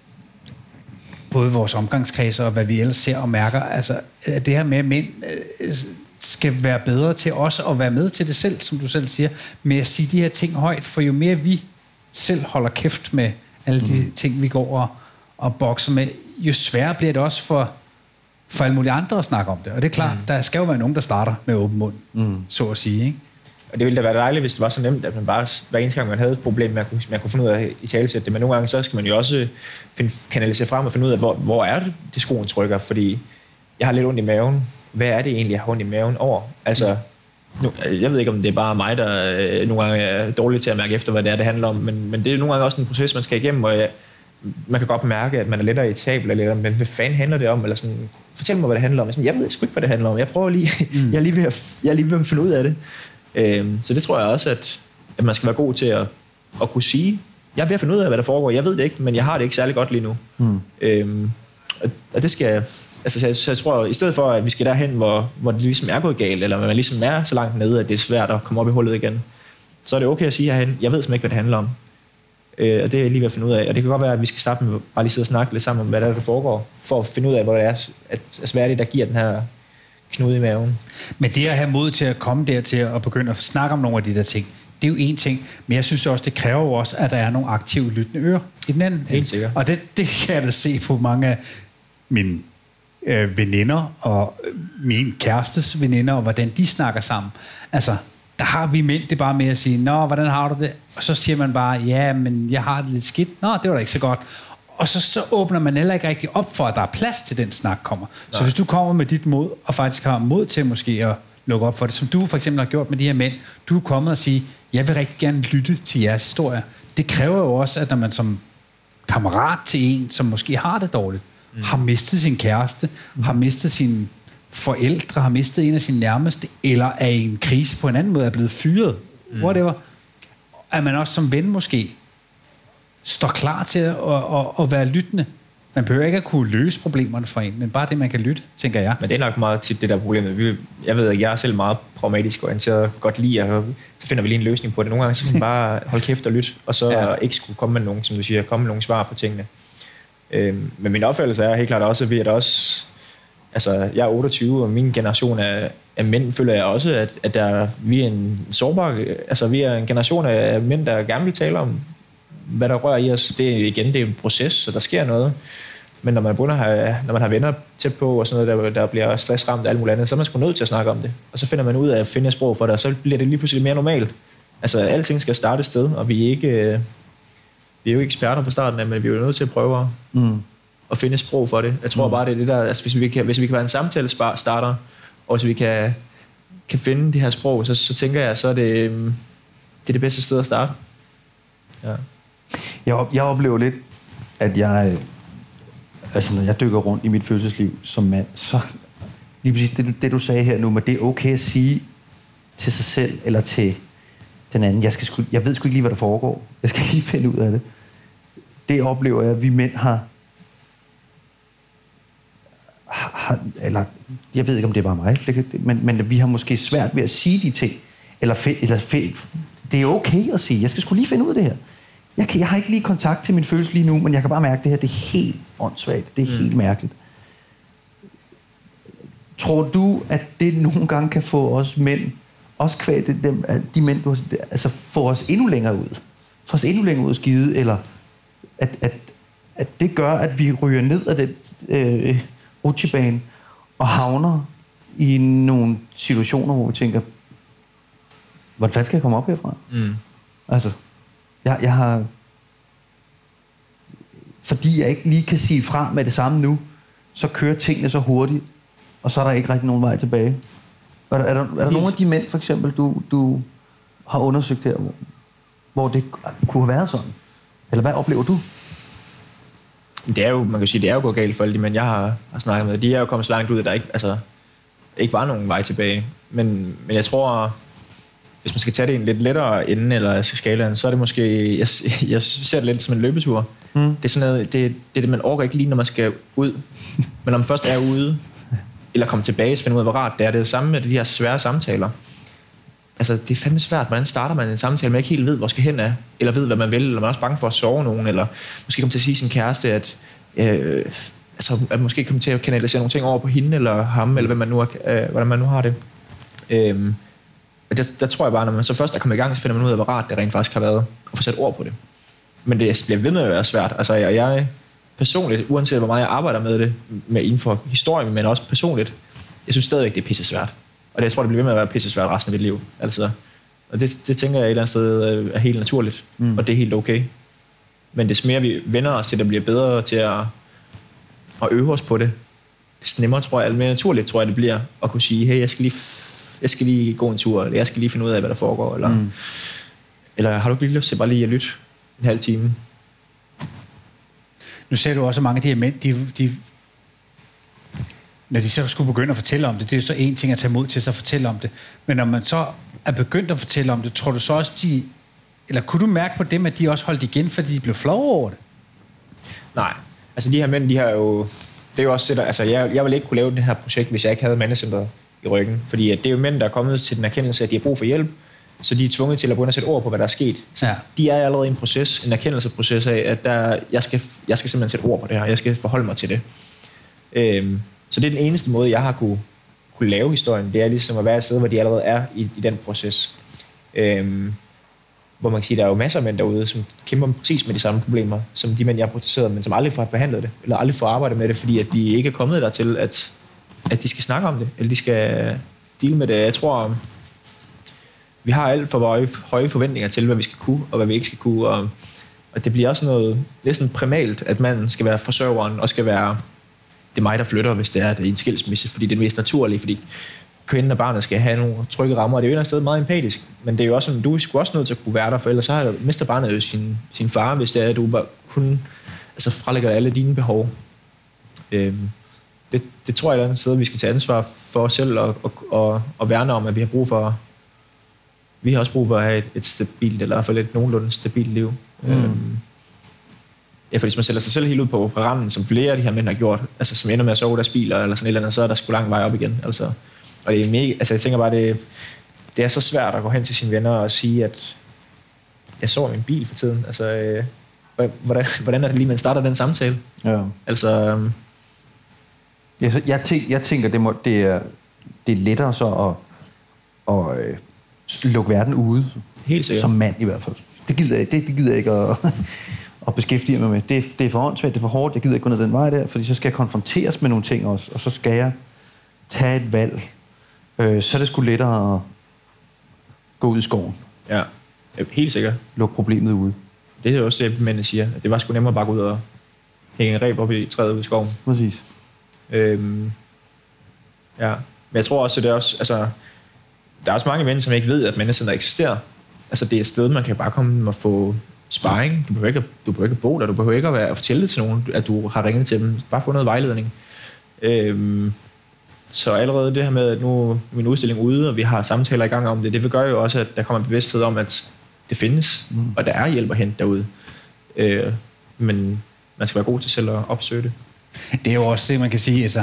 både vores omgangskredser og hvad vi ellers ser og mærker, altså at det her med, at mænd skal være bedre til os at være med til det selv, som du selv siger, med at sige de her ting højt, for jo mere vi selv holder kæft med alle de ting, vi går og bokser med, jo sværere bliver det også for alle mulige andre at snakke om det. Og det er klart, der skal jo være nogen, der starter med åben mund, så at sige, ikke? Og det ville da være dejligt, hvis det var så nemt, at man bare, hver eneste gang man havde et problem, man kunne finde ud af i talesæt det. Men nogle gange, så skal man jo også kanalisere frem og finde ud af, hvor er det skoen trykker. Fordi jeg har lidt ondt i maven. Hvad er det egentlig, jeg har ondt i maven over? Altså, jeg ved ikke, om det er bare mig, der nogle gange er dårlig til at mærke efter, hvad det er, det handler om. Men det er nogle gange også en proces, man skal igennem, og man kan godt mærke, at man er lettere irritabel, eller men hvad fanden handler det om? Eller sådan, fortæl mig, hvad det handler om. Jeg ved sgu ikke, hvad det handler om. Jeg prøver lige, jeg er lige ved at finde ud af det. Så det tror jeg også, at man skal være god til at kunne sige, jeg er ved at finde ud af, hvad der foregår. Jeg ved det ikke, men jeg har det ikke særlig godt lige nu. Og det skal så jeg tror, i stedet for, at vi skal derhen, hvor det ligesom er gået galt, eller man ligesom er så langt nede, at det er svært at komme op i hullet igen, så er det okay at sige herhen, jeg ved simpelthen ikke, hvad det handler om. Og det er jeg lige ved at finde ud af. Og det kan godt være, at vi skal starte med bare lige sidde og snakke lidt sammen om, hvad der foregår, for at finde ud af, hvor det er, at hvad er det, der giver den her knude i maven. Men det at have mod til at komme dertil og begynde at snakke om nogle af de der ting, det er jo en ting, men jeg synes også, det kræver jo også, at der er nogle aktive lyttende ører i den anden. Helt sikkert. Og det kan jeg da se på mange af mine veninder og min kærestes veninder, og hvordan de snakker sammen. Altså, der har vi mænd det bare med at sige, nå, hvordan har du det? Og så siger man bare, ja, men jeg har det lidt skidt. Nå, det var da ikke så godt. Og så åbner man heller ikke rigtig op for, at der er plads til, den snak kommer. Nej. Så hvis du kommer med dit mod, og faktisk har mod til måske at lukke op for det, som du for eksempel har gjort med de her mænd, du er kommet og sige, jeg vil rigtig gerne lytte til jeres historie. Det kræver jo også, at når man som kammerat til en, som måske har det dårligt, har mistet sin kæreste, har mistet sine forældre, har mistet en af sine nærmeste, eller er i en krise på en anden måde, er blevet fyret, whatever, at man også som ven måske står klar til at være lyttende. Man behøver ikke at kunne løse problemerne for en, men bare det, man kan lytte, tænker jeg. Men det er nok meget tit det der problem. Jeg ved, at jeg er selv meget pragmatisk orienteret, godt lide, og så finder vi lige en løsning på det. Nogle gange så kan man bare holde kæft og lytte, og så ikke skulle komme med nogen, som du siger, komme med nogle svar på tingene. Men min opfattelse er helt klart også, at vi er der også, altså jeg er 28, og min generation af mænd føler jeg også, at vi er en sårbar, altså vi er en generation af mænd, der gerne vil tale om, hvad der rører i os. Det er en proces, så der sker noget. Men når man når man har venner tæt på, og sådan noget, der bliver stressramt og alt muligt andet, så er man sgu nødt til at snakke om det. Og så finder man ud af at finde et sprog for det, og så bliver det lige pludselig mere normalt. Altså, alting skal starte et sted, og vi er jo ikke eksperter på starten af, men vi er jo nødt til at prøve at finde et sprog for det. Jeg tror bare, det er det der, altså hvis vi kan være en samtale starter, og hvis vi kan finde det her sprog, så tænker jeg, så er det det bedste sted at starte. Ja. Jeg oplever lidt, at jeg, altså når jeg dykker rundt i mit følelsesliv som mand, så lige præcis det du sagde her nu, men det er okay at sige til sig selv, eller til den anden, jeg ved sgu ikke lige, hvad der foregår. Jeg skal lige finde ud af det. Det oplever jeg, at vi mænd har eller jeg ved ikke, om det er bare mig, men vi har måske svært ved at sige de ting, eller det er okay at sige, jeg skal sgu lige finde ud af det her. Jeg har ikke lige kontakt til min følelse lige nu, men jeg kan bare mærke, det her, det er helt åndssvagt. Det er helt mærkeligt. Tror du, at det nogle gange kan få os mænd, også kvad de mænd, altså få os endnu længere ud? Få os endnu længere ud skide, eller at det gør, at vi ryger ned af den rutsjebane og havner i nogle situationer, hvor vi tænker, hvordan fanden skal jeg komme op herfra? Altså, jeg har... Fordi jeg ikke lige kan sige fra med det samme nu, så kører tingene så hurtigt, og så er der ikke rigtig nogen vej tilbage. Er der nogle af de mænd, for eksempel, du har undersøgt her, hvor det kunne have været sådan? Eller hvad oplever du? Det er jo, man kan sige, det er jo gået galt for alle de mænd, jeg har snakket med. De er jo kommet så langt ud, at der ikke var nogen vej tilbage. Men jeg tror, hvis man skal tage det en lidt lettere ende, eller skalaen, så er det måske, jeg ser det lidt som en løbetur. Det er sådan noget, det er det, man orker ikke lige, når man skal ud. Men når man først er ude, eller kommer tilbage, så finder man ud af, hvor rart det er. Det er det samme med de her svære samtaler. Altså, det er fandme svært. Hvordan starter man en samtale, man ikke helt ved, hvor skal hen af, eller ved, hvad man vil, eller man er også bange for at sove nogen, eller måske komme til at sige sin kæreste, at måske komme til at kanalisere nogle ting over på hende, eller ham, eller hvordan man nu har det. Der tror jeg bare, når man så først er kommet i gang, så finder man ud af, hvor rart det rent faktisk har været, at få sat ord på det. Men det bliver ved med at være svært. Altså, jeg personligt, uanset hvor meget jeg arbejder med det, med inden for historien, men også personligt, jeg synes stadigvæk, det er pisse svært. Og jeg tror, det bliver ved med at være pisse svært resten af mit liv. Altså, og det tænker jeg et eller andet sted er helt naturligt, og det er helt okay. Men des mere vi vender os til at blive bedre til at øve os på det, des nemmere tror jeg, mere naturligt tror jeg, det bliver at kunne sige, hey, jeg skal lige gå en tur, eller jeg skal lige finde ud af, hvad der foregår, eller har du ikke lige lyst til bare lige at lytte en halv time? Nu ser du også, at mange af de her mænd, når de så skulle begynde at fortælle om det, det er jo så en ting at tage mod til sig at fortælle om det. Men når man så er begyndt at fortælle om det, tror du så også, eller kunne du mærke på dem, at de også holdt igen, fordi de blev flove over det? Nej, altså de her mænd, de har jo, det er jo også, altså jeg ville ikke kunne lave det her projekt, hvis jeg ikke havde mandecenteret i ryggen. Fordi det er jo mænd, der er kommet til den erkendelse, at de har brug for hjælp, så de er tvunget til at begynde at sætte ord på, hvad der er sket. Så de er allerede i en erkendelsesproces af, at jeg skal simpelthen sætte ord på det her, jeg skal forholde mig til det. Så det er den eneste måde, jeg har kunne lave historien, det er ligesom at være et sted, hvor de allerede er i den proces. Hvor man kan sige, der er jo masser af mænd derude, som kæmper præcis med de samme problemer, som de mænd, jeg har protesteret, men som aldrig får behandlet det, eller aldrig får arbejdet med det, fordi at de ikke er kommet dertil, at de skal snakke om det, eller de skal deal med det. Jeg tror, vi har alt for høje forventninger til, hvad vi skal kunne, og hvad vi ikke skal kunne, og det bliver også noget næsten primalt, at manden skal være forsørgeren, og skal være, det er mig, der flytter, hvis det er en skilsmisse, fordi det er mest naturligt, fordi kvinden og barnet skal have nogle trygge rammer, og det er jo et eller andet sted meget empatisk, men det er jo også sådan, du er sgu også nødt til at kunne være der, for ellers så mister barnet jo sin far, hvis det er, at du bare kun frelægger alle dine behov. Det tror jeg er et eller andet sted, vi skal tage ansvar for os selv, og værne om, at vi har brug for, vi har også brug for at have et stabilt, eller i hvert fald et nogenlunde stabilt liv. Ja, for hvis man sætter sig selv helt ud på randen, som flere af de her mænd har gjort, altså som ender med at sove deres biler, eller sådan et eller andet, så er der sgu lang vej op igen. Altså, og det er mega, altså jeg tænker bare, det er så svært at gå hen til sine venner og sige, at jeg sover i min bil for tiden. Altså, hvordan er det lige, man starter den samtale? Ja. Altså... Jeg tænker, det er lettere så at lukke verden ude. Helt sikkert. Som mand i hvert fald. Det gider jeg ikke at beskæftige mig med. Det er for åndssvagt, det er for hårdt, jeg gider ikke gå ned den vej der, fordi så skal jeg konfronteres med nogle ting også, og så skal jeg tage et valg. Så er det sgu lettere at gå ud i skoven. Ja, helt sikkert. Lukke problemet ude. Det er også det, mændene siger. Det var sgu nemmere bare gå ud og hænge en reb op i træet ude i skoven. Præcis. Ja, men jeg tror også, at det er også, altså, der er også mange mænd, som ikke ved, at mandecenter eksisterer. Altså, det er et sted, man kan bare komme og få sparring. Du behøver ikke bo der, du behøver ikke at fortælle det til nogen, at du har ringet til dem. Bare få noget vejledning. Så allerede det her med, at nu er min udstilling ude, og vi har samtaler i gang om det, det vil gøre jo også, at der kommer en bevidsthed om, at det findes, og der er hjælp at hente derude. Men man skal være god til selv at opsøge det. Det er jo også det, man kan sige, altså...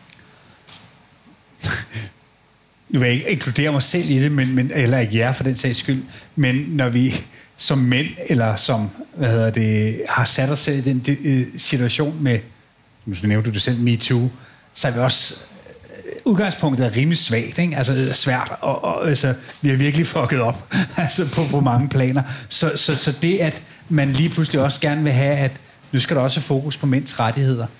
Nu vil jeg ikke inkludere mig selv i det, eller ikke jer for den sags skyld, men når vi som mænd, eller som, har sat os selv i den situation med, nu nævnte du det selv, MeToo, så er vi også... Udgangspunktet er rimelig svagt, ikke? Altså det er svært, og altså, vi har virkelig fucket op altså på mange planer. Så det, at man lige pludselig også gerne vil have, at nu skal der også fokus på mænds rettigheder,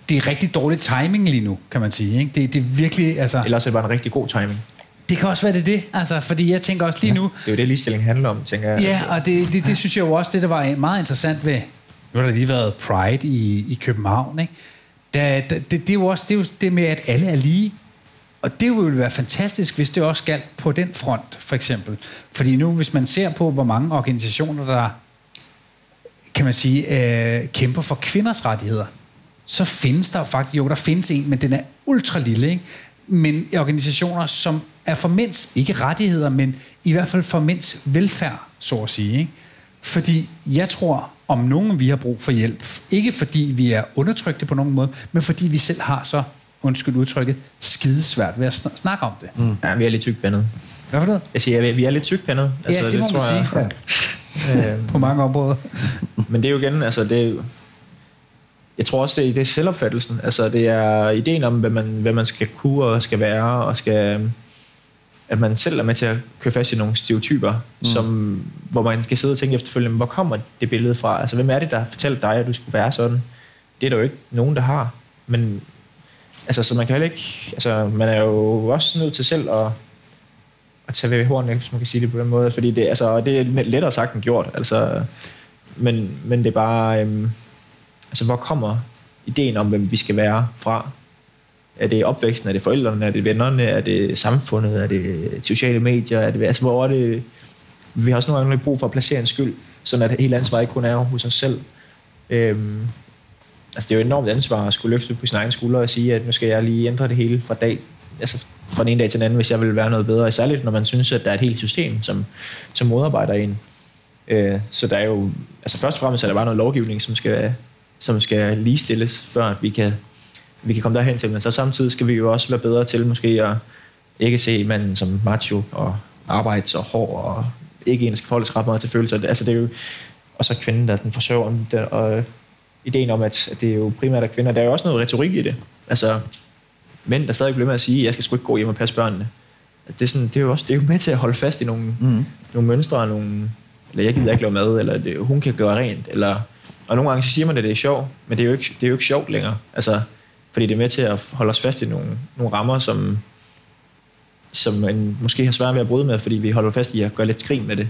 det er rigtig dårlig timing lige nu, kan man sige. Ikke? Det er virkelig... Altså, ellers er det bare en rigtig god timing. det kan også være det, altså, fordi jeg tænker også lige nu... Det er jo det, ligestilling handler om, tænker jeg. Ja, og det synes jeg jo også, det der var meget interessant ved... Nu har der lige været Pride i København, ikke? Det er jo også det med, at alle er lige. Og det ville være fantastisk, hvis det også galt på den front, for eksempel. Fordi nu, hvis man ser på, hvor mange organisationer, der kan man sige, kæmper for kvinders rettigheder, så findes der faktisk, der findes en, men den er ultra lille, ikke? Men organisationer, som er for mænds, ikke rettigheder, men i hvert fald for mænds velfærd, så at sige, ikke? Fordi jeg tror, om nogen vi har brug for hjælp, ikke fordi vi er undertrykte på nogen måde, men fordi vi selv har så, undskyld udtrykket, skidesvært ved at snakke om det. Ja, vi er lidt tykpandet. Hvad for det? Jeg siger, vi er lidt tykpandet. Altså, ja, det må man sige. Ja. På mange områder. Men det er jo igen, altså det er jo, jeg tror også, det er selvopfattelsen. Altså det er ideen om, hvad man skal kunne og skal være, og skal, at man selv er med til at køre fast i nogle stereotyper, hvor man skal sidde og tænke efterfølgende, hvor kommer det billede fra? Altså hvem er det, der har fortalt dig, at du skulle være sådan? Det er der jo ikke nogen, der har. Men altså, så man kan heller ikke, altså man er jo også nødt til selv at tage ved hornene, hvis man kan sige det på den måde, fordi det, altså, det er lettere sagt end gjort, altså, men det er bare, altså hvor kommer ideen om, hvem vi skal være fra? Er det opvæksten, er det forældrene, er det vennerne, er det samfundet, er det sociale medier, er det, altså hvor er det, vi har også nogle gange brug for at placere en skyld, sådan at hele ansvaret ikke kun er hos os selv. Altså det er jo et enormt ansvar at skulle løfte på sin egen skulder og sige, at nu skal jeg lige ændre det hele fra den ene dag til den anden, hvis jeg vil være noget bedre. Særligt når man synes, at der er et helt system, som modarbejder en. Så der er jo, altså først og fremmest er der bare noget lovgivning, som skal ligestilles, før at vi kan komme derhen til. Men så samtidig skal vi jo også være bedre til måske at ikke se manden som macho og arbejds og hård og ikke en skal forholdes ret meget til følelser. Altså det er jo også kvinden, der er den forsørger og ideen om, at det er jo primært af kvinder. Der er jo også noget retorik i det. Altså mænd, der stadig bliver med at sige, at jeg skal sgu ikke gå hjem og passe børnene. Det er jo med til at holde fast i nogle mønstre, og eller jeg gider ikke lave mad, eller hun kan gøre rent, og nogle gange så siger man, at det er sjovt, men det er jo ikke sjovt længere. Altså, fordi det er med til at holde os fast i nogle rammer, som man måske har svært ved at bryde med, fordi vi holder fast i at gøre lidt skrin med det.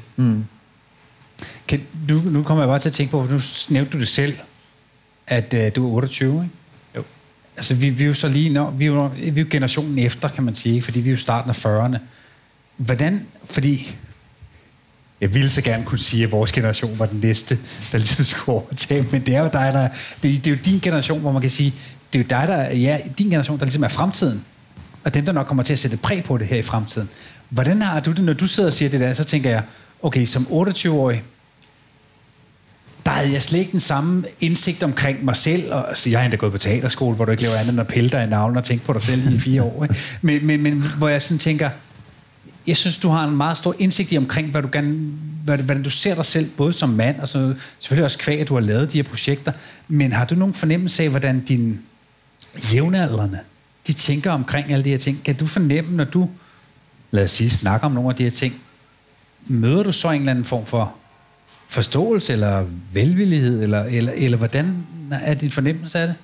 Nu kommer jeg bare til at tænke på, for nu nævnte du det selv, at du er 28, ikke? Jo. Altså vi er jo så lige, vi er jo generationen efter, kan man sige, fordi vi er jo starten af 40'erne. Hvordan, fordi jeg ville så gerne kunne sige, at vores generation var den næste, der ligesom skulle overtage, men det er jo dig, det er jo din generation, hvor man kan sige, det er jo dig, din generation, der ligesom er fremtiden, og dem, der nok kommer til at sætte præg på det her i fremtiden. Hvordan har du det, når du sidder og siger det der, så tænker jeg, okay, som 28-årig, der havde jeg slet ikke den samme indsigt omkring mig selv, og altså, jeg har endda gået på teaterskole, hvor du ikke laver andet end at pille dig i navlen og tænke på dig selv i 4 år, ikke? Men hvor jeg sådan tænker, jeg synes, du har en meget stor indsigt i omkring, hvordan du ser dig selv, både som mand, og så selvfølgelig også kvæg, at du har lavet de her projekter, men har du nogen fornemmelse af, hvordan dine jævnaldrende, de tænker omkring alle de her ting? Kan du fornemme, når du, lad os sige, snakker om nogle af de her ting, møder du så en eller anden form for forståelse eller velvillighed, eller hvordan er din fornemmelse af det?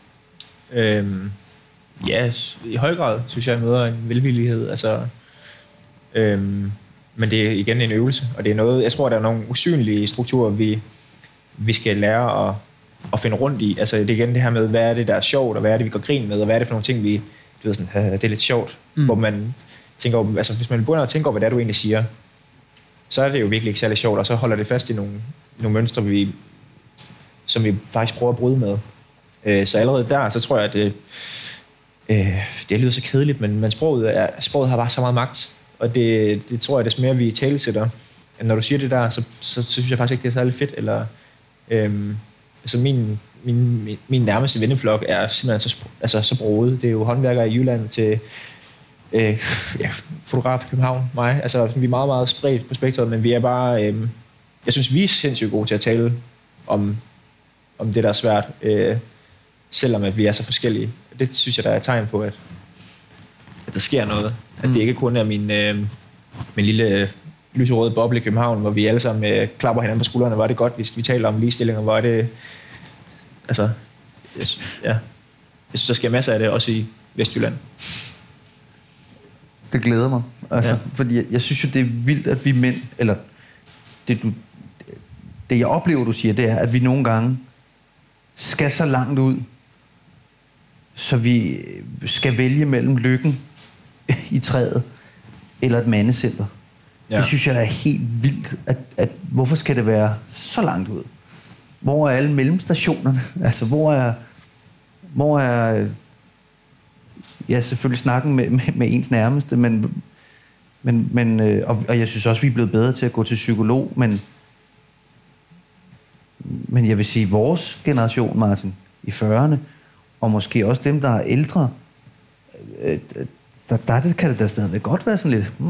Ja, i høj grad synes jeg møder en velvillighed. Altså, men det er igen en øvelse, og det er noget, jeg tror, der er nogle usynlige strukturer, vi skal lære at finde rundt i. Altså det er igen det her med, hvad er det, der er sjovt, og hvad er det, vi går grin med, og hvad er det for nogle ting, vi, du ved sådan, det er lidt sjovt, hvor man tænker over, altså hvis man begynder at tænke over, hvad det er, du egentlig siger, så er det jo virkelig ikke særlig sjovt, og så holder det fast i nogle mønstre, som vi faktisk prøver at bryde med. Så allerede der, så tror jeg, at det lyder så kedeligt, men sproget har bare så meget magt, og det tror jeg, des mere vi talesætter. Når du siger det der, så synes jeg faktisk ikke, det er særlig fedt, eller altså min nærmeste venneflok er simpelthen så broget. Det er jo håndværkere i Jylland til fotograf i København, mig. Altså vi er meget, meget spredt på spektret, men vi er bare, jeg synes, vi er sindssygt gode til at tale om det, der er svært, selvom at vi er så forskellige. Det synes jeg, der er et tegn på, at der sker noget. At det ikke kun er min lille lyserøde boble i København, hvor vi alle sammen klapper hinanden på skuldrene. Var det godt, hvis vi taler om ligestilling, og hvor er det... Altså, ja. jeg synes, der sker masser af det, også i Vestjylland. Det glæder mig. Altså, fordi jeg synes jo, det er vildt, at vi mænd, eller det jeg oplever, du siger, det er, at vi nogle gange skal så langt ud, så vi skal vælge mellem lykken i træet, eller et mandecenter. Ja. Det synes jeg er helt vildt, at hvorfor skal det være så langt ud? Hvor er alle mellemstationerne? Altså, hvor er ja, selvfølgelig snakken med ens nærmeste, men og jeg synes også, vi er blevet bedre til at gå til psykolog, men jeg vil sige, vores generation, Martin, i 40'erne, og måske også dem, der er ældre, der kan det da stadigvæk godt være sådan lidt,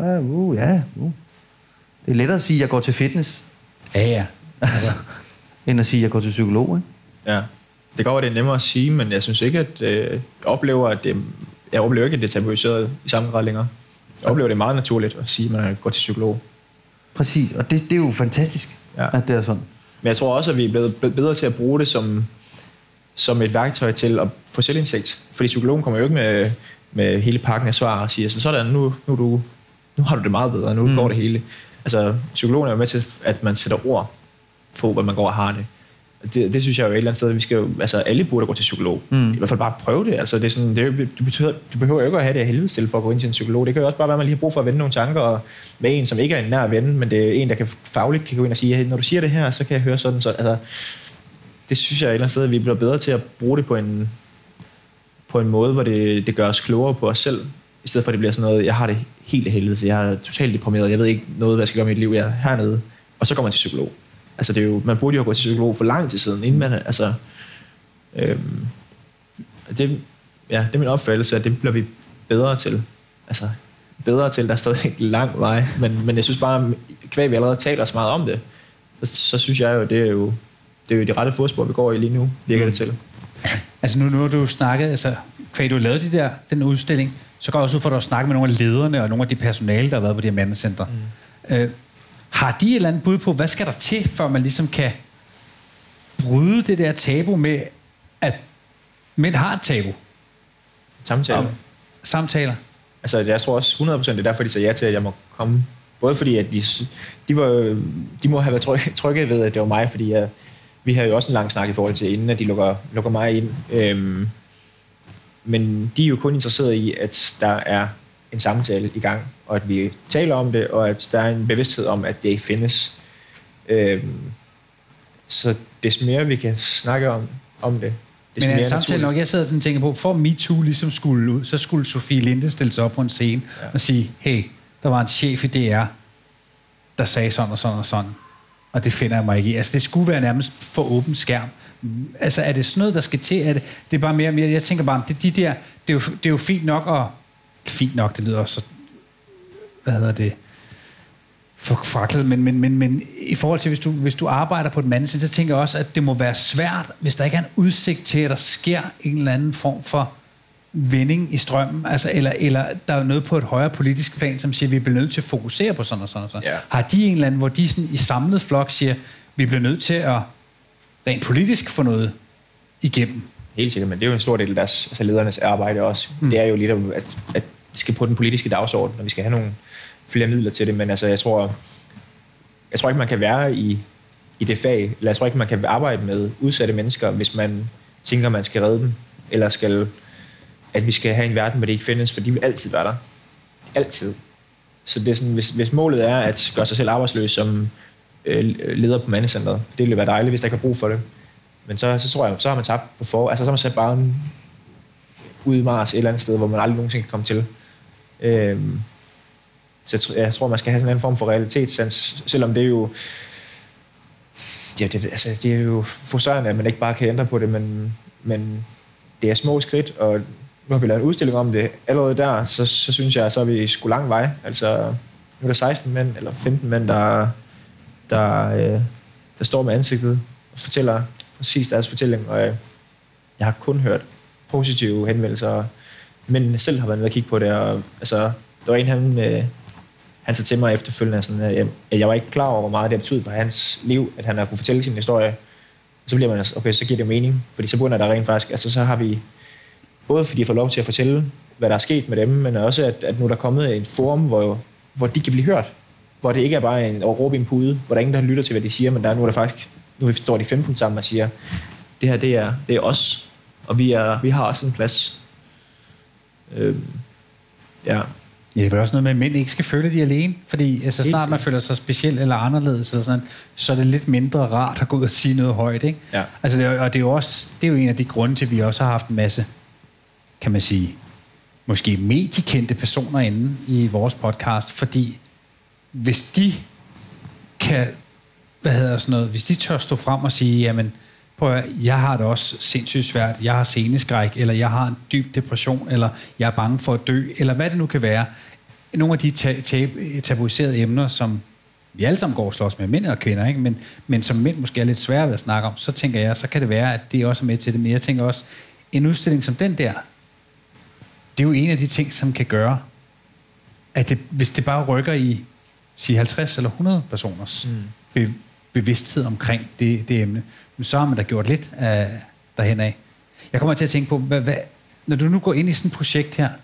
Det er lettere at sige, at jeg går til fitness. Ja. Altså, end at sige, at jeg går til psykolog, ikke? Ja. Det går, at det er nemmere at sige, men jeg synes ikke, at jeg oplever ikke, at det er tabuiseret i samme grad længere. Jeg oplever, det er meget naturligt at sige, at man går til psykolog. Præcis, og det er jo fantastisk, at det er sådan. Men jeg tror også, at vi er blevet bedre til at bruge det som et værktøj til at få selvindsigt. Fordi psykologen kommer jo ikke med hele pakken af svar og siger, sådan, nu har du det meget bedre, nu går det hele. Altså, psykologen er jo med til, at man sætter ord på, hvad man går og har det. Det synes jeg jo et eller andet sted, vi skal jo, altså alle burde gå til psykolog. I hvert fald bare prøve det. Altså det er sådan, du behøver jo ikke at have det af helvede til for at gå ind til en psykolog. Det kan jo også bare være, at man lige har brug for at vende nogle tanker med en, som ikke er en nær ven, men det er en, der fagligt kan gå ind og sige, når du siger det her, så kan jeg høre sådan. Så altså, det synes jeg et eller andet sted, at vi bliver bedre til at bruge det på en måde, hvor det gør os klogere på os selv, i stedet for at det bliver sådan noget, jeg har det helt af helvede, så jeg er totalt deprimeret, jeg ved ikke noget, hvad jeg skal gøre med mit liv, jeg er hernede, og så går man til psykolog. Altså det er jo, man burde jo gå til psykolog for lang tid siden, inden man, altså, det er min opfattelse, at det bliver vi bedre til. Altså, bedre til, der er stadig lang vej, men jeg synes bare, kvæg vi allerede taler så meget om det, så synes jeg jo, det er jo de rette fodspor, vi går i lige nu, virker det til. Altså nu har du snakket, altså kvæg du har lavet den udstilling, så går jeg også ud for, at du har snakket med nogle af lederne og nogle af de personale, der har været på de her mandecentre. Har de et eller andet bud på, hvad skal der til, før man ligesom kan bryde det der tabu med, at mænd har et tabu? Samtaler. Altså, jeg tror også 100% det er derfor, de sagde ja til, at jeg må komme. Både fordi, at de må have været trygge ved, at det var mig, fordi vi har jo også en lang snak i forhold til, inden at de lukker mig ind. Men de er jo kun interesserede i, at der er en samtale i gang, og at vi taler om det, og at der er en bevidsthed om, at det ikke findes. Så des mere vi kan snakke om det, men er en samtale nok, jeg sidder sådan og tænker på, for MeToo ligesom skulle ud, så skulle Sofie Linde stille sig op på en scene og sige, hey, der var en chef i DR, der sagde sådan og sådan og sådan, og det finder jeg mig ikke i. Altså det skulle være nærmest for åben skærm. Altså er det sådan noget, der skal til? Det er bare mere og mere, jeg tænker bare, det er jo fint nok, og fint nok, det lyder også, forkvaklet, men i forhold til, hvis du arbejder på et mandecenter, så tænker jeg også, at det må være svært, hvis der ikke er en udsigt til, at der sker en eller anden form for vending i strømmen, altså, eller der er noget på et højere politisk plan, som siger, at vi bliver nødt til at fokusere på sådan og sådan og sådan. Yeah. Har de en eller anden, hvor de sådan i samlet flok siger, at vi bliver nødt til at rent politisk få noget igennem? Helt sikkert, men det er jo en stor del af deres, altså ledernes arbejde også. Det er jo lidt, at vi skal på den politiske dagsorden, og vi skal have nogle flere midler til det, men altså, jeg tror ikke, man kan være i det fag, eller jeg tror ikke, man kan arbejde med udsatte mennesker, hvis man tænker, man skal redde dem, eller at vi skal have en verden, hvor det ikke findes, for de vil altid være der. Altid. Så det er sådan, hvis målet er at gøre sig selv arbejdsløs som leder på mandecentret, det ville være dejligt, hvis der ikke er brug for det. Men så tror jeg, så har man tabt på altså så har man sat bare ude i Mars et eller andet sted, hvor man aldrig nogensinde kan komme til. Så jeg tror, man skal have sådan en form for realitetssans, selvom det er jo... Ja, det er jo frustrerende, at man ikke bare kan ændre på det, men det er små skridt, og nu har vi lavet en udstilling om det. Allerede der, så synes jeg, så er vi sgu lang vej. Altså, nu er der 16 mænd, eller 15 mænd, der står med ansigtet og fortæller præcis deres fortælling, og jeg har kun hørt positive henvendelser, men selv har været nede og kigge på det, og altså, der var en, han sagde til mig efterfølgende, sådan, at jeg var ikke klar over, hvor meget det betød for hans liv, at han har kunne fortælle sin historie. Og så bliver man okay, så giver det mening, fordi så begynder der rent faktisk, altså så har vi Både fordi jeg får lov til at fortælle, hvad der er sket med dem, men også, at nu der er kommet et forum, hvor de kan blive hørt. Hvor det ikke er bare en råb i en pude, hvor der er ingen, der lytter til, hvad de siger, men nu er der faktisk, nu står de 15 sammen og siger, det her, det er os, og vi har også en plads. Ja. Ja, det er vel også noget med, at mænd ikke skal føle, de er alene. Fordi så snart man føler sig speciel eller anderledes, eller sådan, så er det lidt mindre rart at gå ud og sige noget højt. Ikke? Ja. Altså, det er jo en af de grunde til, at vi også har haft en masse, kan man sige, måske mediekendte personer inde i vores podcast. Fordi hvis de kan, hvis de tør stå frem og sige, jamen, jeg har det også sindssygt svært, jeg har sceneskræk, eller jeg har en dyb depression, eller jeg er bange for at dø, eller hvad det nu kan være. Nogle af de tabuiserede emner, som vi alle sammen går og slås med, mænd og kvinder, ikke? Men som mænd måske er lidt svære ved at snakke om, så tænker jeg, så kan det være, at det også er med til det. Men jeg tænker også, en udstilling som den der, det er jo en af de ting, som kan gøre, at det, hvis det bare rykker i, sige 50 eller 100 personers bevidsthed omkring det emne, så har man da gjort lidt derhen af. Jeg kommer til at tænke på, når du nu går ind i sådan et projekt her,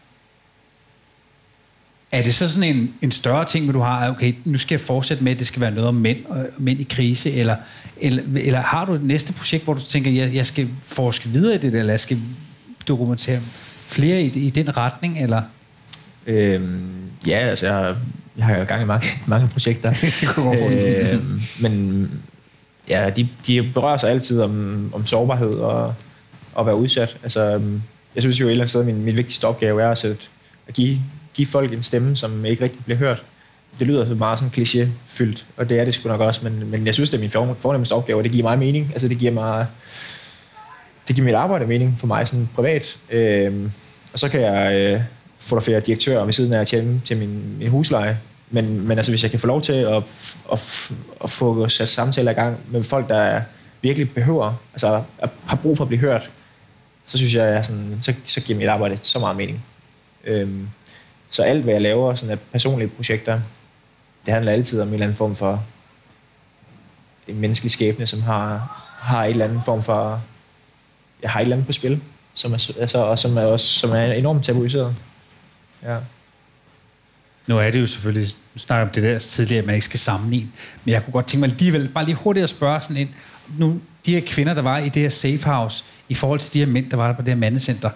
er det så sådan en større ting, hvor du har, okay, nu skal jeg fortsætte med, at det skal være noget om mænd i krise, eller har du et næste projekt, hvor du tænker, jeg skal forske videre i det, eller jeg skal dokumentere flere i den retning, eller? Ja, altså jeg har jo gang i mange projekter. Men ja, de berører sig altid om sårbarhed og være udsat. Altså, jeg synes jo et eller andet sted, min vigtigste opgave er at give folk en stemme, som ikke rigtig bliver hørt. Det lyder meget sådan klichéfyldt, og det er det sgu nok også, men jeg synes, det er min fornemmeste opgave, og det giver mig mening. Altså, det giver mit arbejde mening for mig sådan privat. Og så kan jeg fotografere direktører ved siden af at tjene til min husleje. Men altså, hvis jeg kan få lov til at få sat samtaler i gang med folk, der virkelig behøver, altså har brug for at blive hørt, så synes jeg, så giver mit arbejde så meget mening. Så alt, hvad jeg laver, sådan af personlige projekter, det handler altid om en eller anden form for en menneskelig skæbne, som har et eller andet form for, jeg har et eller andet på spil, som er enormt tabuiseret. Ja. Nu er det jo selvfølgelig, nu snakker om det der tidligere, at man ikke skal sammenligne, men jeg kunne godt tænke mig alligevel, bare lige hurtigt at spørge sådan ind, nu de her kvinder, der var i det her safe house, i forhold til de her mænd, der var på det her mandecenter,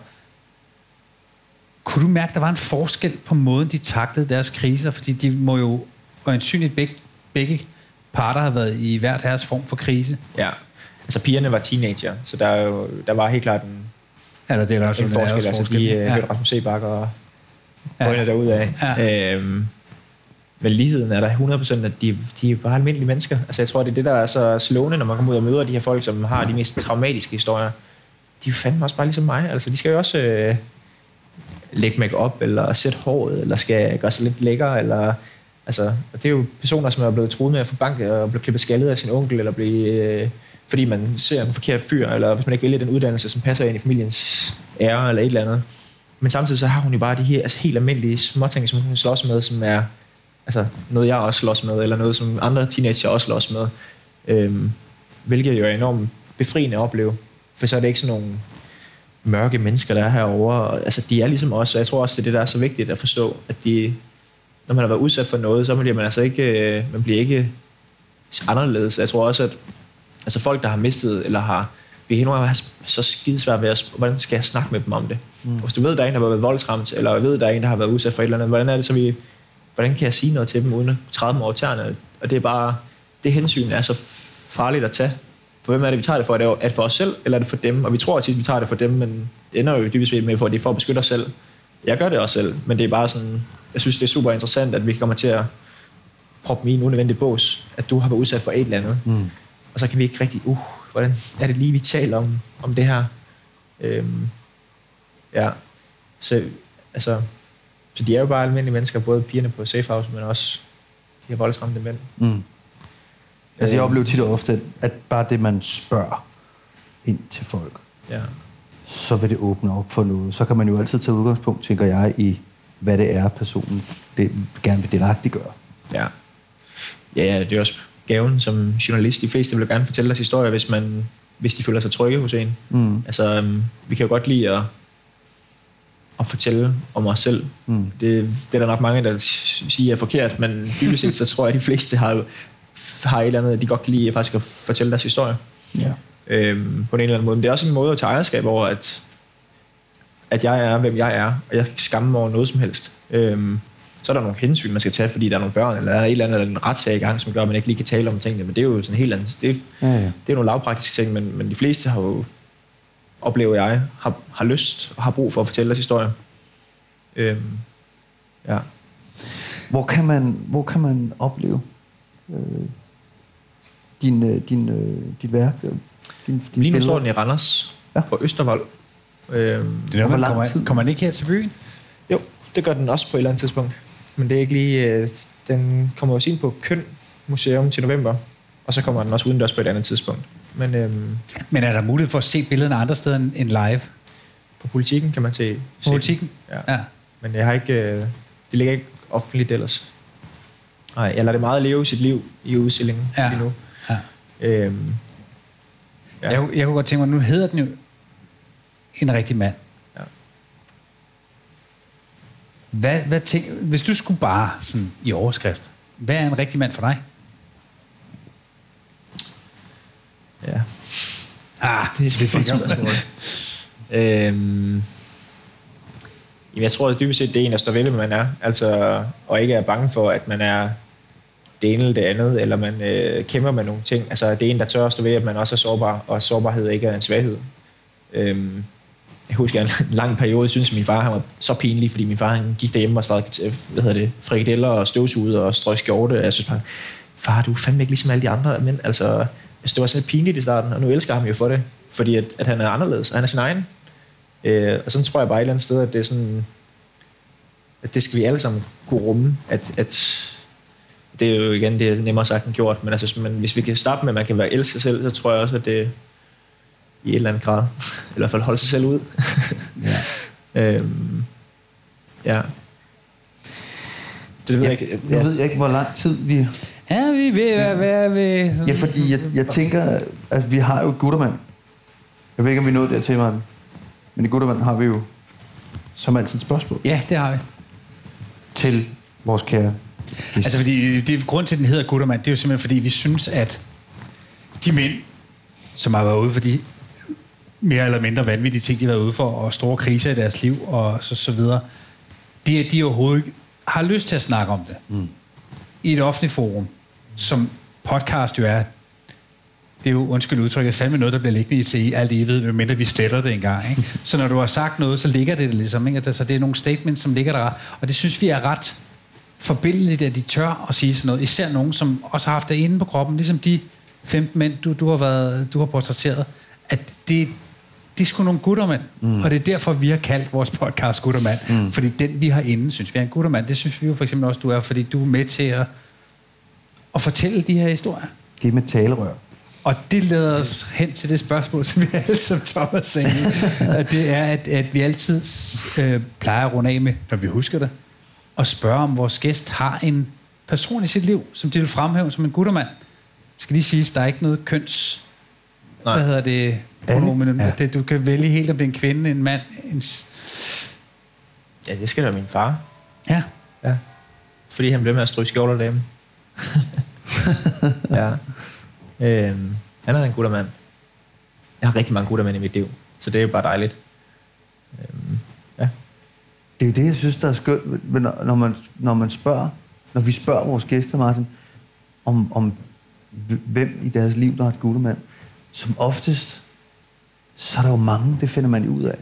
kunne du mærke, at der var en forskel på måden, de taklede deres kriser, fordi de må jo øjensynligt begge parter have været i hvert deres form for krise? Ja, altså pigerne var teenager, så der var helt klart en forskel. Altså de hørte Rasmus Seebach og drønede derudad. Ja. Men ligheden er der 100%, at de er bare almindelige mennesker. Altså jeg tror, det er det, der er så slående, når man kommer ud og møder de her folk, som har de mest traumatiske historier. De er fandme også bare ligesom mig. Altså de skal jo også lægge make-up, eller sætte håret, eller skal gøre sig lidt lækker, eller altså, det er jo personer, som er blevet truet med at få bank og blive klippet skaldet af sin onkel, eller blive, fordi man ser en forkert fyr, eller hvis man ikke vælger den uddannelse, som passer ind i familiens ære, eller et eller andet. Men samtidig så har hun jo bare de her helt almindelige småting, som hun slås med, som er altså noget, jeg også slås med, eller noget, som andre teenager også slås med. Hvilket jo er enormt befriende at opleve. For så er det ikke sådan nogle mørke mennesker, der er herovre. Altså, de er ligesom os, og jeg tror også, det er det, der er så vigtigt at forstå, at når man har været udsat for noget, så bliver man altså ikke, man bliver ikke anderledes. Jeg tror også, at altså folk, der har mistet, eller vi kan have så skidesvært ved os, hvordan skal jeg snakke med dem om det? Hvis du ved, der er en, der har været voldsramt, eller ved, der er en, der har været udsat for et eller andet, hvordan er det så hvordan kan jeg sige noget til dem, uden at træde dem over tæerne? Og det er bare, det hensyn er så farligt at tage. For hvem er det, vi tager det for? Er det for os selv, eller er det for dem? Og vi tror tit, vi tager det for dem, men det ender jo dybest set med, for at det er for at beskytte os selv. Jeg gør det også selv, men det er bare sådan, jeg synes, det er super interessant, at vi kommer til at proppe min unødvendige bås, at du har været udsat for et eller andet. Og så kan vi ikke rigtig, hvordan er det lige, vi taler om det her? Ja, så de er jo bare almindelige mennesker, både pigerne på safe house, men også de her voldsramte mænd. Altså jeg oplever tit og ofte, at bare det, man spørger ind til folk, så vil det åbne op for noget. Så kan man jo altid tage udgangspunkt, tænker jeg, i hvad det er, personen det gerne vil delagtiggøre. Ja, det er også gaven som journalist. De fleste vil gerne fortælle deres historie, hvis de føler sig trygge hos en. Altså, vi kan jo godt lide at fortælle om os selv. Det er der nok mange, der siger er forkert, men dybest set, så tror jeg, at de fleste har et eller andet, de godt kan lide faktisk at fortælle deres historie. Ja. På en eller anden måde. Men det er også en måde at tage ejerskab over, at jeg er, hvem jeg er, og jeg kan skamme mig over noget som helst. Så er der nogle hensyn, man skal tage, fordi der er nogle børn, eller der er et eller andet, eller en retssag i gang, som gør, at man ikke lige kan tale om tingene. Men det er jo sådan helt andet. Det er nogle lavpraktiske ting, men de fleste har jo, oplever jeg, har lyst og har brug for at fortælle deres historie. Ja. Hvor kan man opleve dit værk? Lige nu står den i Randers, på Østervold. Kommer den ikke her til byen? Jo, det gør den også på et eller andet tidspunkt. Men det er ikke lige... den kommer også ind på Køn Museum til november, og så kommer den også udendørs på et andet tidspunkt. Men er der mulighed for at se billederne andre steder end live? På Politikken kan man se. På Politikken? Ja. Men jeg har ikke... det ligger ikke offentligt ellers. Nej, jeg lader det meget leve sit liv i udstillingen lige nu. Ja. Jeg kunne godt tænke mig, nu hedder den jo En rigtig mand. Ja. Hvis du skulle bare sådan i overskrift, hvad er en rigtig mand for dig? Ja. Det er et spørgsmål. Jeg tror, at dybest set det er en, der står ved, hvad man er. Altså, og ikke er bange for, at man er det ene eller det andet, eller man kæmper med nogle ting. Altså, det er en, der tør at stå ved, at man også er sårbar, og sårbarhed ikke er en svaghed. Jeg husker en lang periode, synes at min far han var så pinlig, fordi min far han gik derhjemme og startede frikadeller og støvsuget og strøg skjorte. Jeg synes bare, far, du er fandme ikke ligesom alle de andre. Men altså, det var sådan pinligt i starten, og nu elsker jeg ham jo for det, fordi at han er anderledes, og han er sin egen. Og sådan tror jeg bare et eller andet sted, at det er sådan, at det skal vi alle sammen kunne rumme, at det er jo igen, det er nemmere sagt end gjort, men altså, hvis vi kan starte med, at man kan være elske sig selv, så tror jeg også, at det i et eller andet grad, i hvert fald holde sig selv ud. Ja. Det ved jeg ikke. Nu ved jeg ikke, hvor lang tid vi... Ja, vi ved, hvad vi... Ja, fordi jeg tænker, at vi har jo et guttermand. Jeg ved ikke, om vi nåede dertil, Martin. Men i guttermand har vi jo som altid et spørgsmål. Ja, det har vi. Til vores kære gæst. Altså, fordi det grund til, at den hedder guttermand, det er jo simpelthen, fordi vi synes, at de mænd, som har været ude for de mere eller mindre vanvittige ting, de har været ude for, og store kriser i deres liv, og så videre, det er, at de overhovedet har lyst til at snakke om det. I et offentligt forum, som podcast jo er. Det er jo, undskyld udtrykket, fandme noget, der bliver liggende til alt evigt, medmindre vi sletter det engang. Ikke? Så når du har sagt noget, så ligger det ligesom. Ikke? Så det er nogle statements, som ligger der. Og det synes vi er ret forbindeligt, at de tør at sige sådan noget. Især nogen, som også har haft det inde på kroppen, ligesom de 15 mænd, du har portrætteret, at det er sgu nogle guttermænd. Og det er derfor, vi har kaldt vores podcast Guttermand. Fordi den, vi har inde, synes vi er en guttermand. Det synes vi jo for eksempel også, du er, fordi du er med til at fortælle de her historier. Giv med talerør. Og det leder os hen til det spørgsmål, som vi alle som Thomas sagde. Og det er, at vi altid plejer at runde af med, når vi husker det, og spørge, om vores gæst har en person i sit liv, som de vil fremhæve som en guttermand. Skal lige siges, der er ikke noget køns... Nej. Hvad hedder det? Ja. Du kan vælge helt, om det er en kvinde, en mand. Ja, det skal da min far. Ja. Fordi han blev med at stryge skjorter derhjemme. Ja. Han er en guttermand. Jeg har rigtig mange guttermænd i mit liv, så det er jo bare dejligt. Ja. Det er jo det, jeg synes, der er skønt, når vi spørger vores gæster, Martin, om hvem i deres liv, der har et guttermand. Som oftest, så er der jo mange, det finder man jo ud af.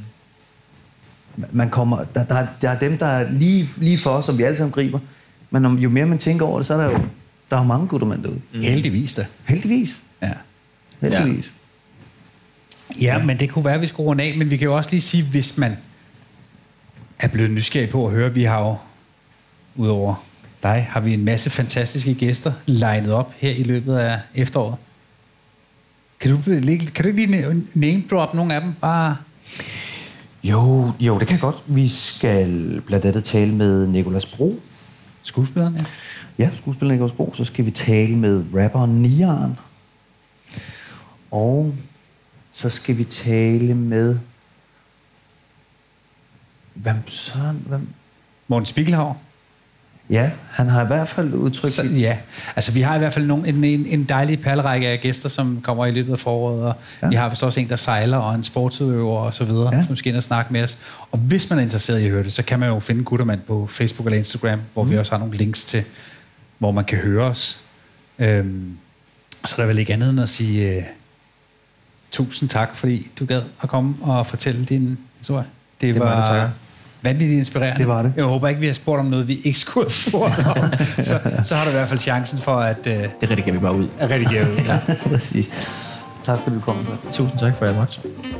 Man kommer, der er dem, der er lige for, som vi alle sammen griber. Men jo mere man tænker over det, så er der er jo mange guttermænd derude. Heldigvis da. Heldigvis. Ja. Heldigvis. Ja, men det kunne være, at vi skulle runde af, men vi kan jo også lige sige, hvis man er blevet nysgerrig på at høre, vi har jo, udover dig, har vi en masse fantastiske gæster legnet op her i løbet af efteråret. Kan du ikke lige name drop nogle af dem? Bare... Jo, det kan jeg godt. Vi skal blandt andet tale med Nicolas Bro. Skuespilleren, ja. Ja, skuespilleren Nicolas Bro. Så skal vi tale med rapperen Nian. Og så skal vi tale med Hvem? Morten Spiegelhauer. Ja, han har i hvert fald udtrykt... Ja, altså vi har i hvert fald en dejlig perlerække af gæster, som kommer i løbet af foråret, og vi har vist også en, der sejler, og en sportsudøver og så videre, som skal ind og snakke med os. Og hvis man er interesseret i at høre det, så kan man jo finde Guttermand på Facebook eller Instagram, hvor vi også har nogle links til, hvor man kan høre os. Så er der vel ikke andet end at sige tusind tak, fordi du gad at komme og fortælle din historie. Det var vanvittigt inspirerende. Det var det. Jeg håber ikke, vi har spurgt om noget, vi ikke skulle have spurgt om. så har du i hvert fald chancen for at... Det redigerer vi bare ud. At redigere ud. Ja, præcis. Tak fordi du kom. Tusind tak for, at jeg måtte.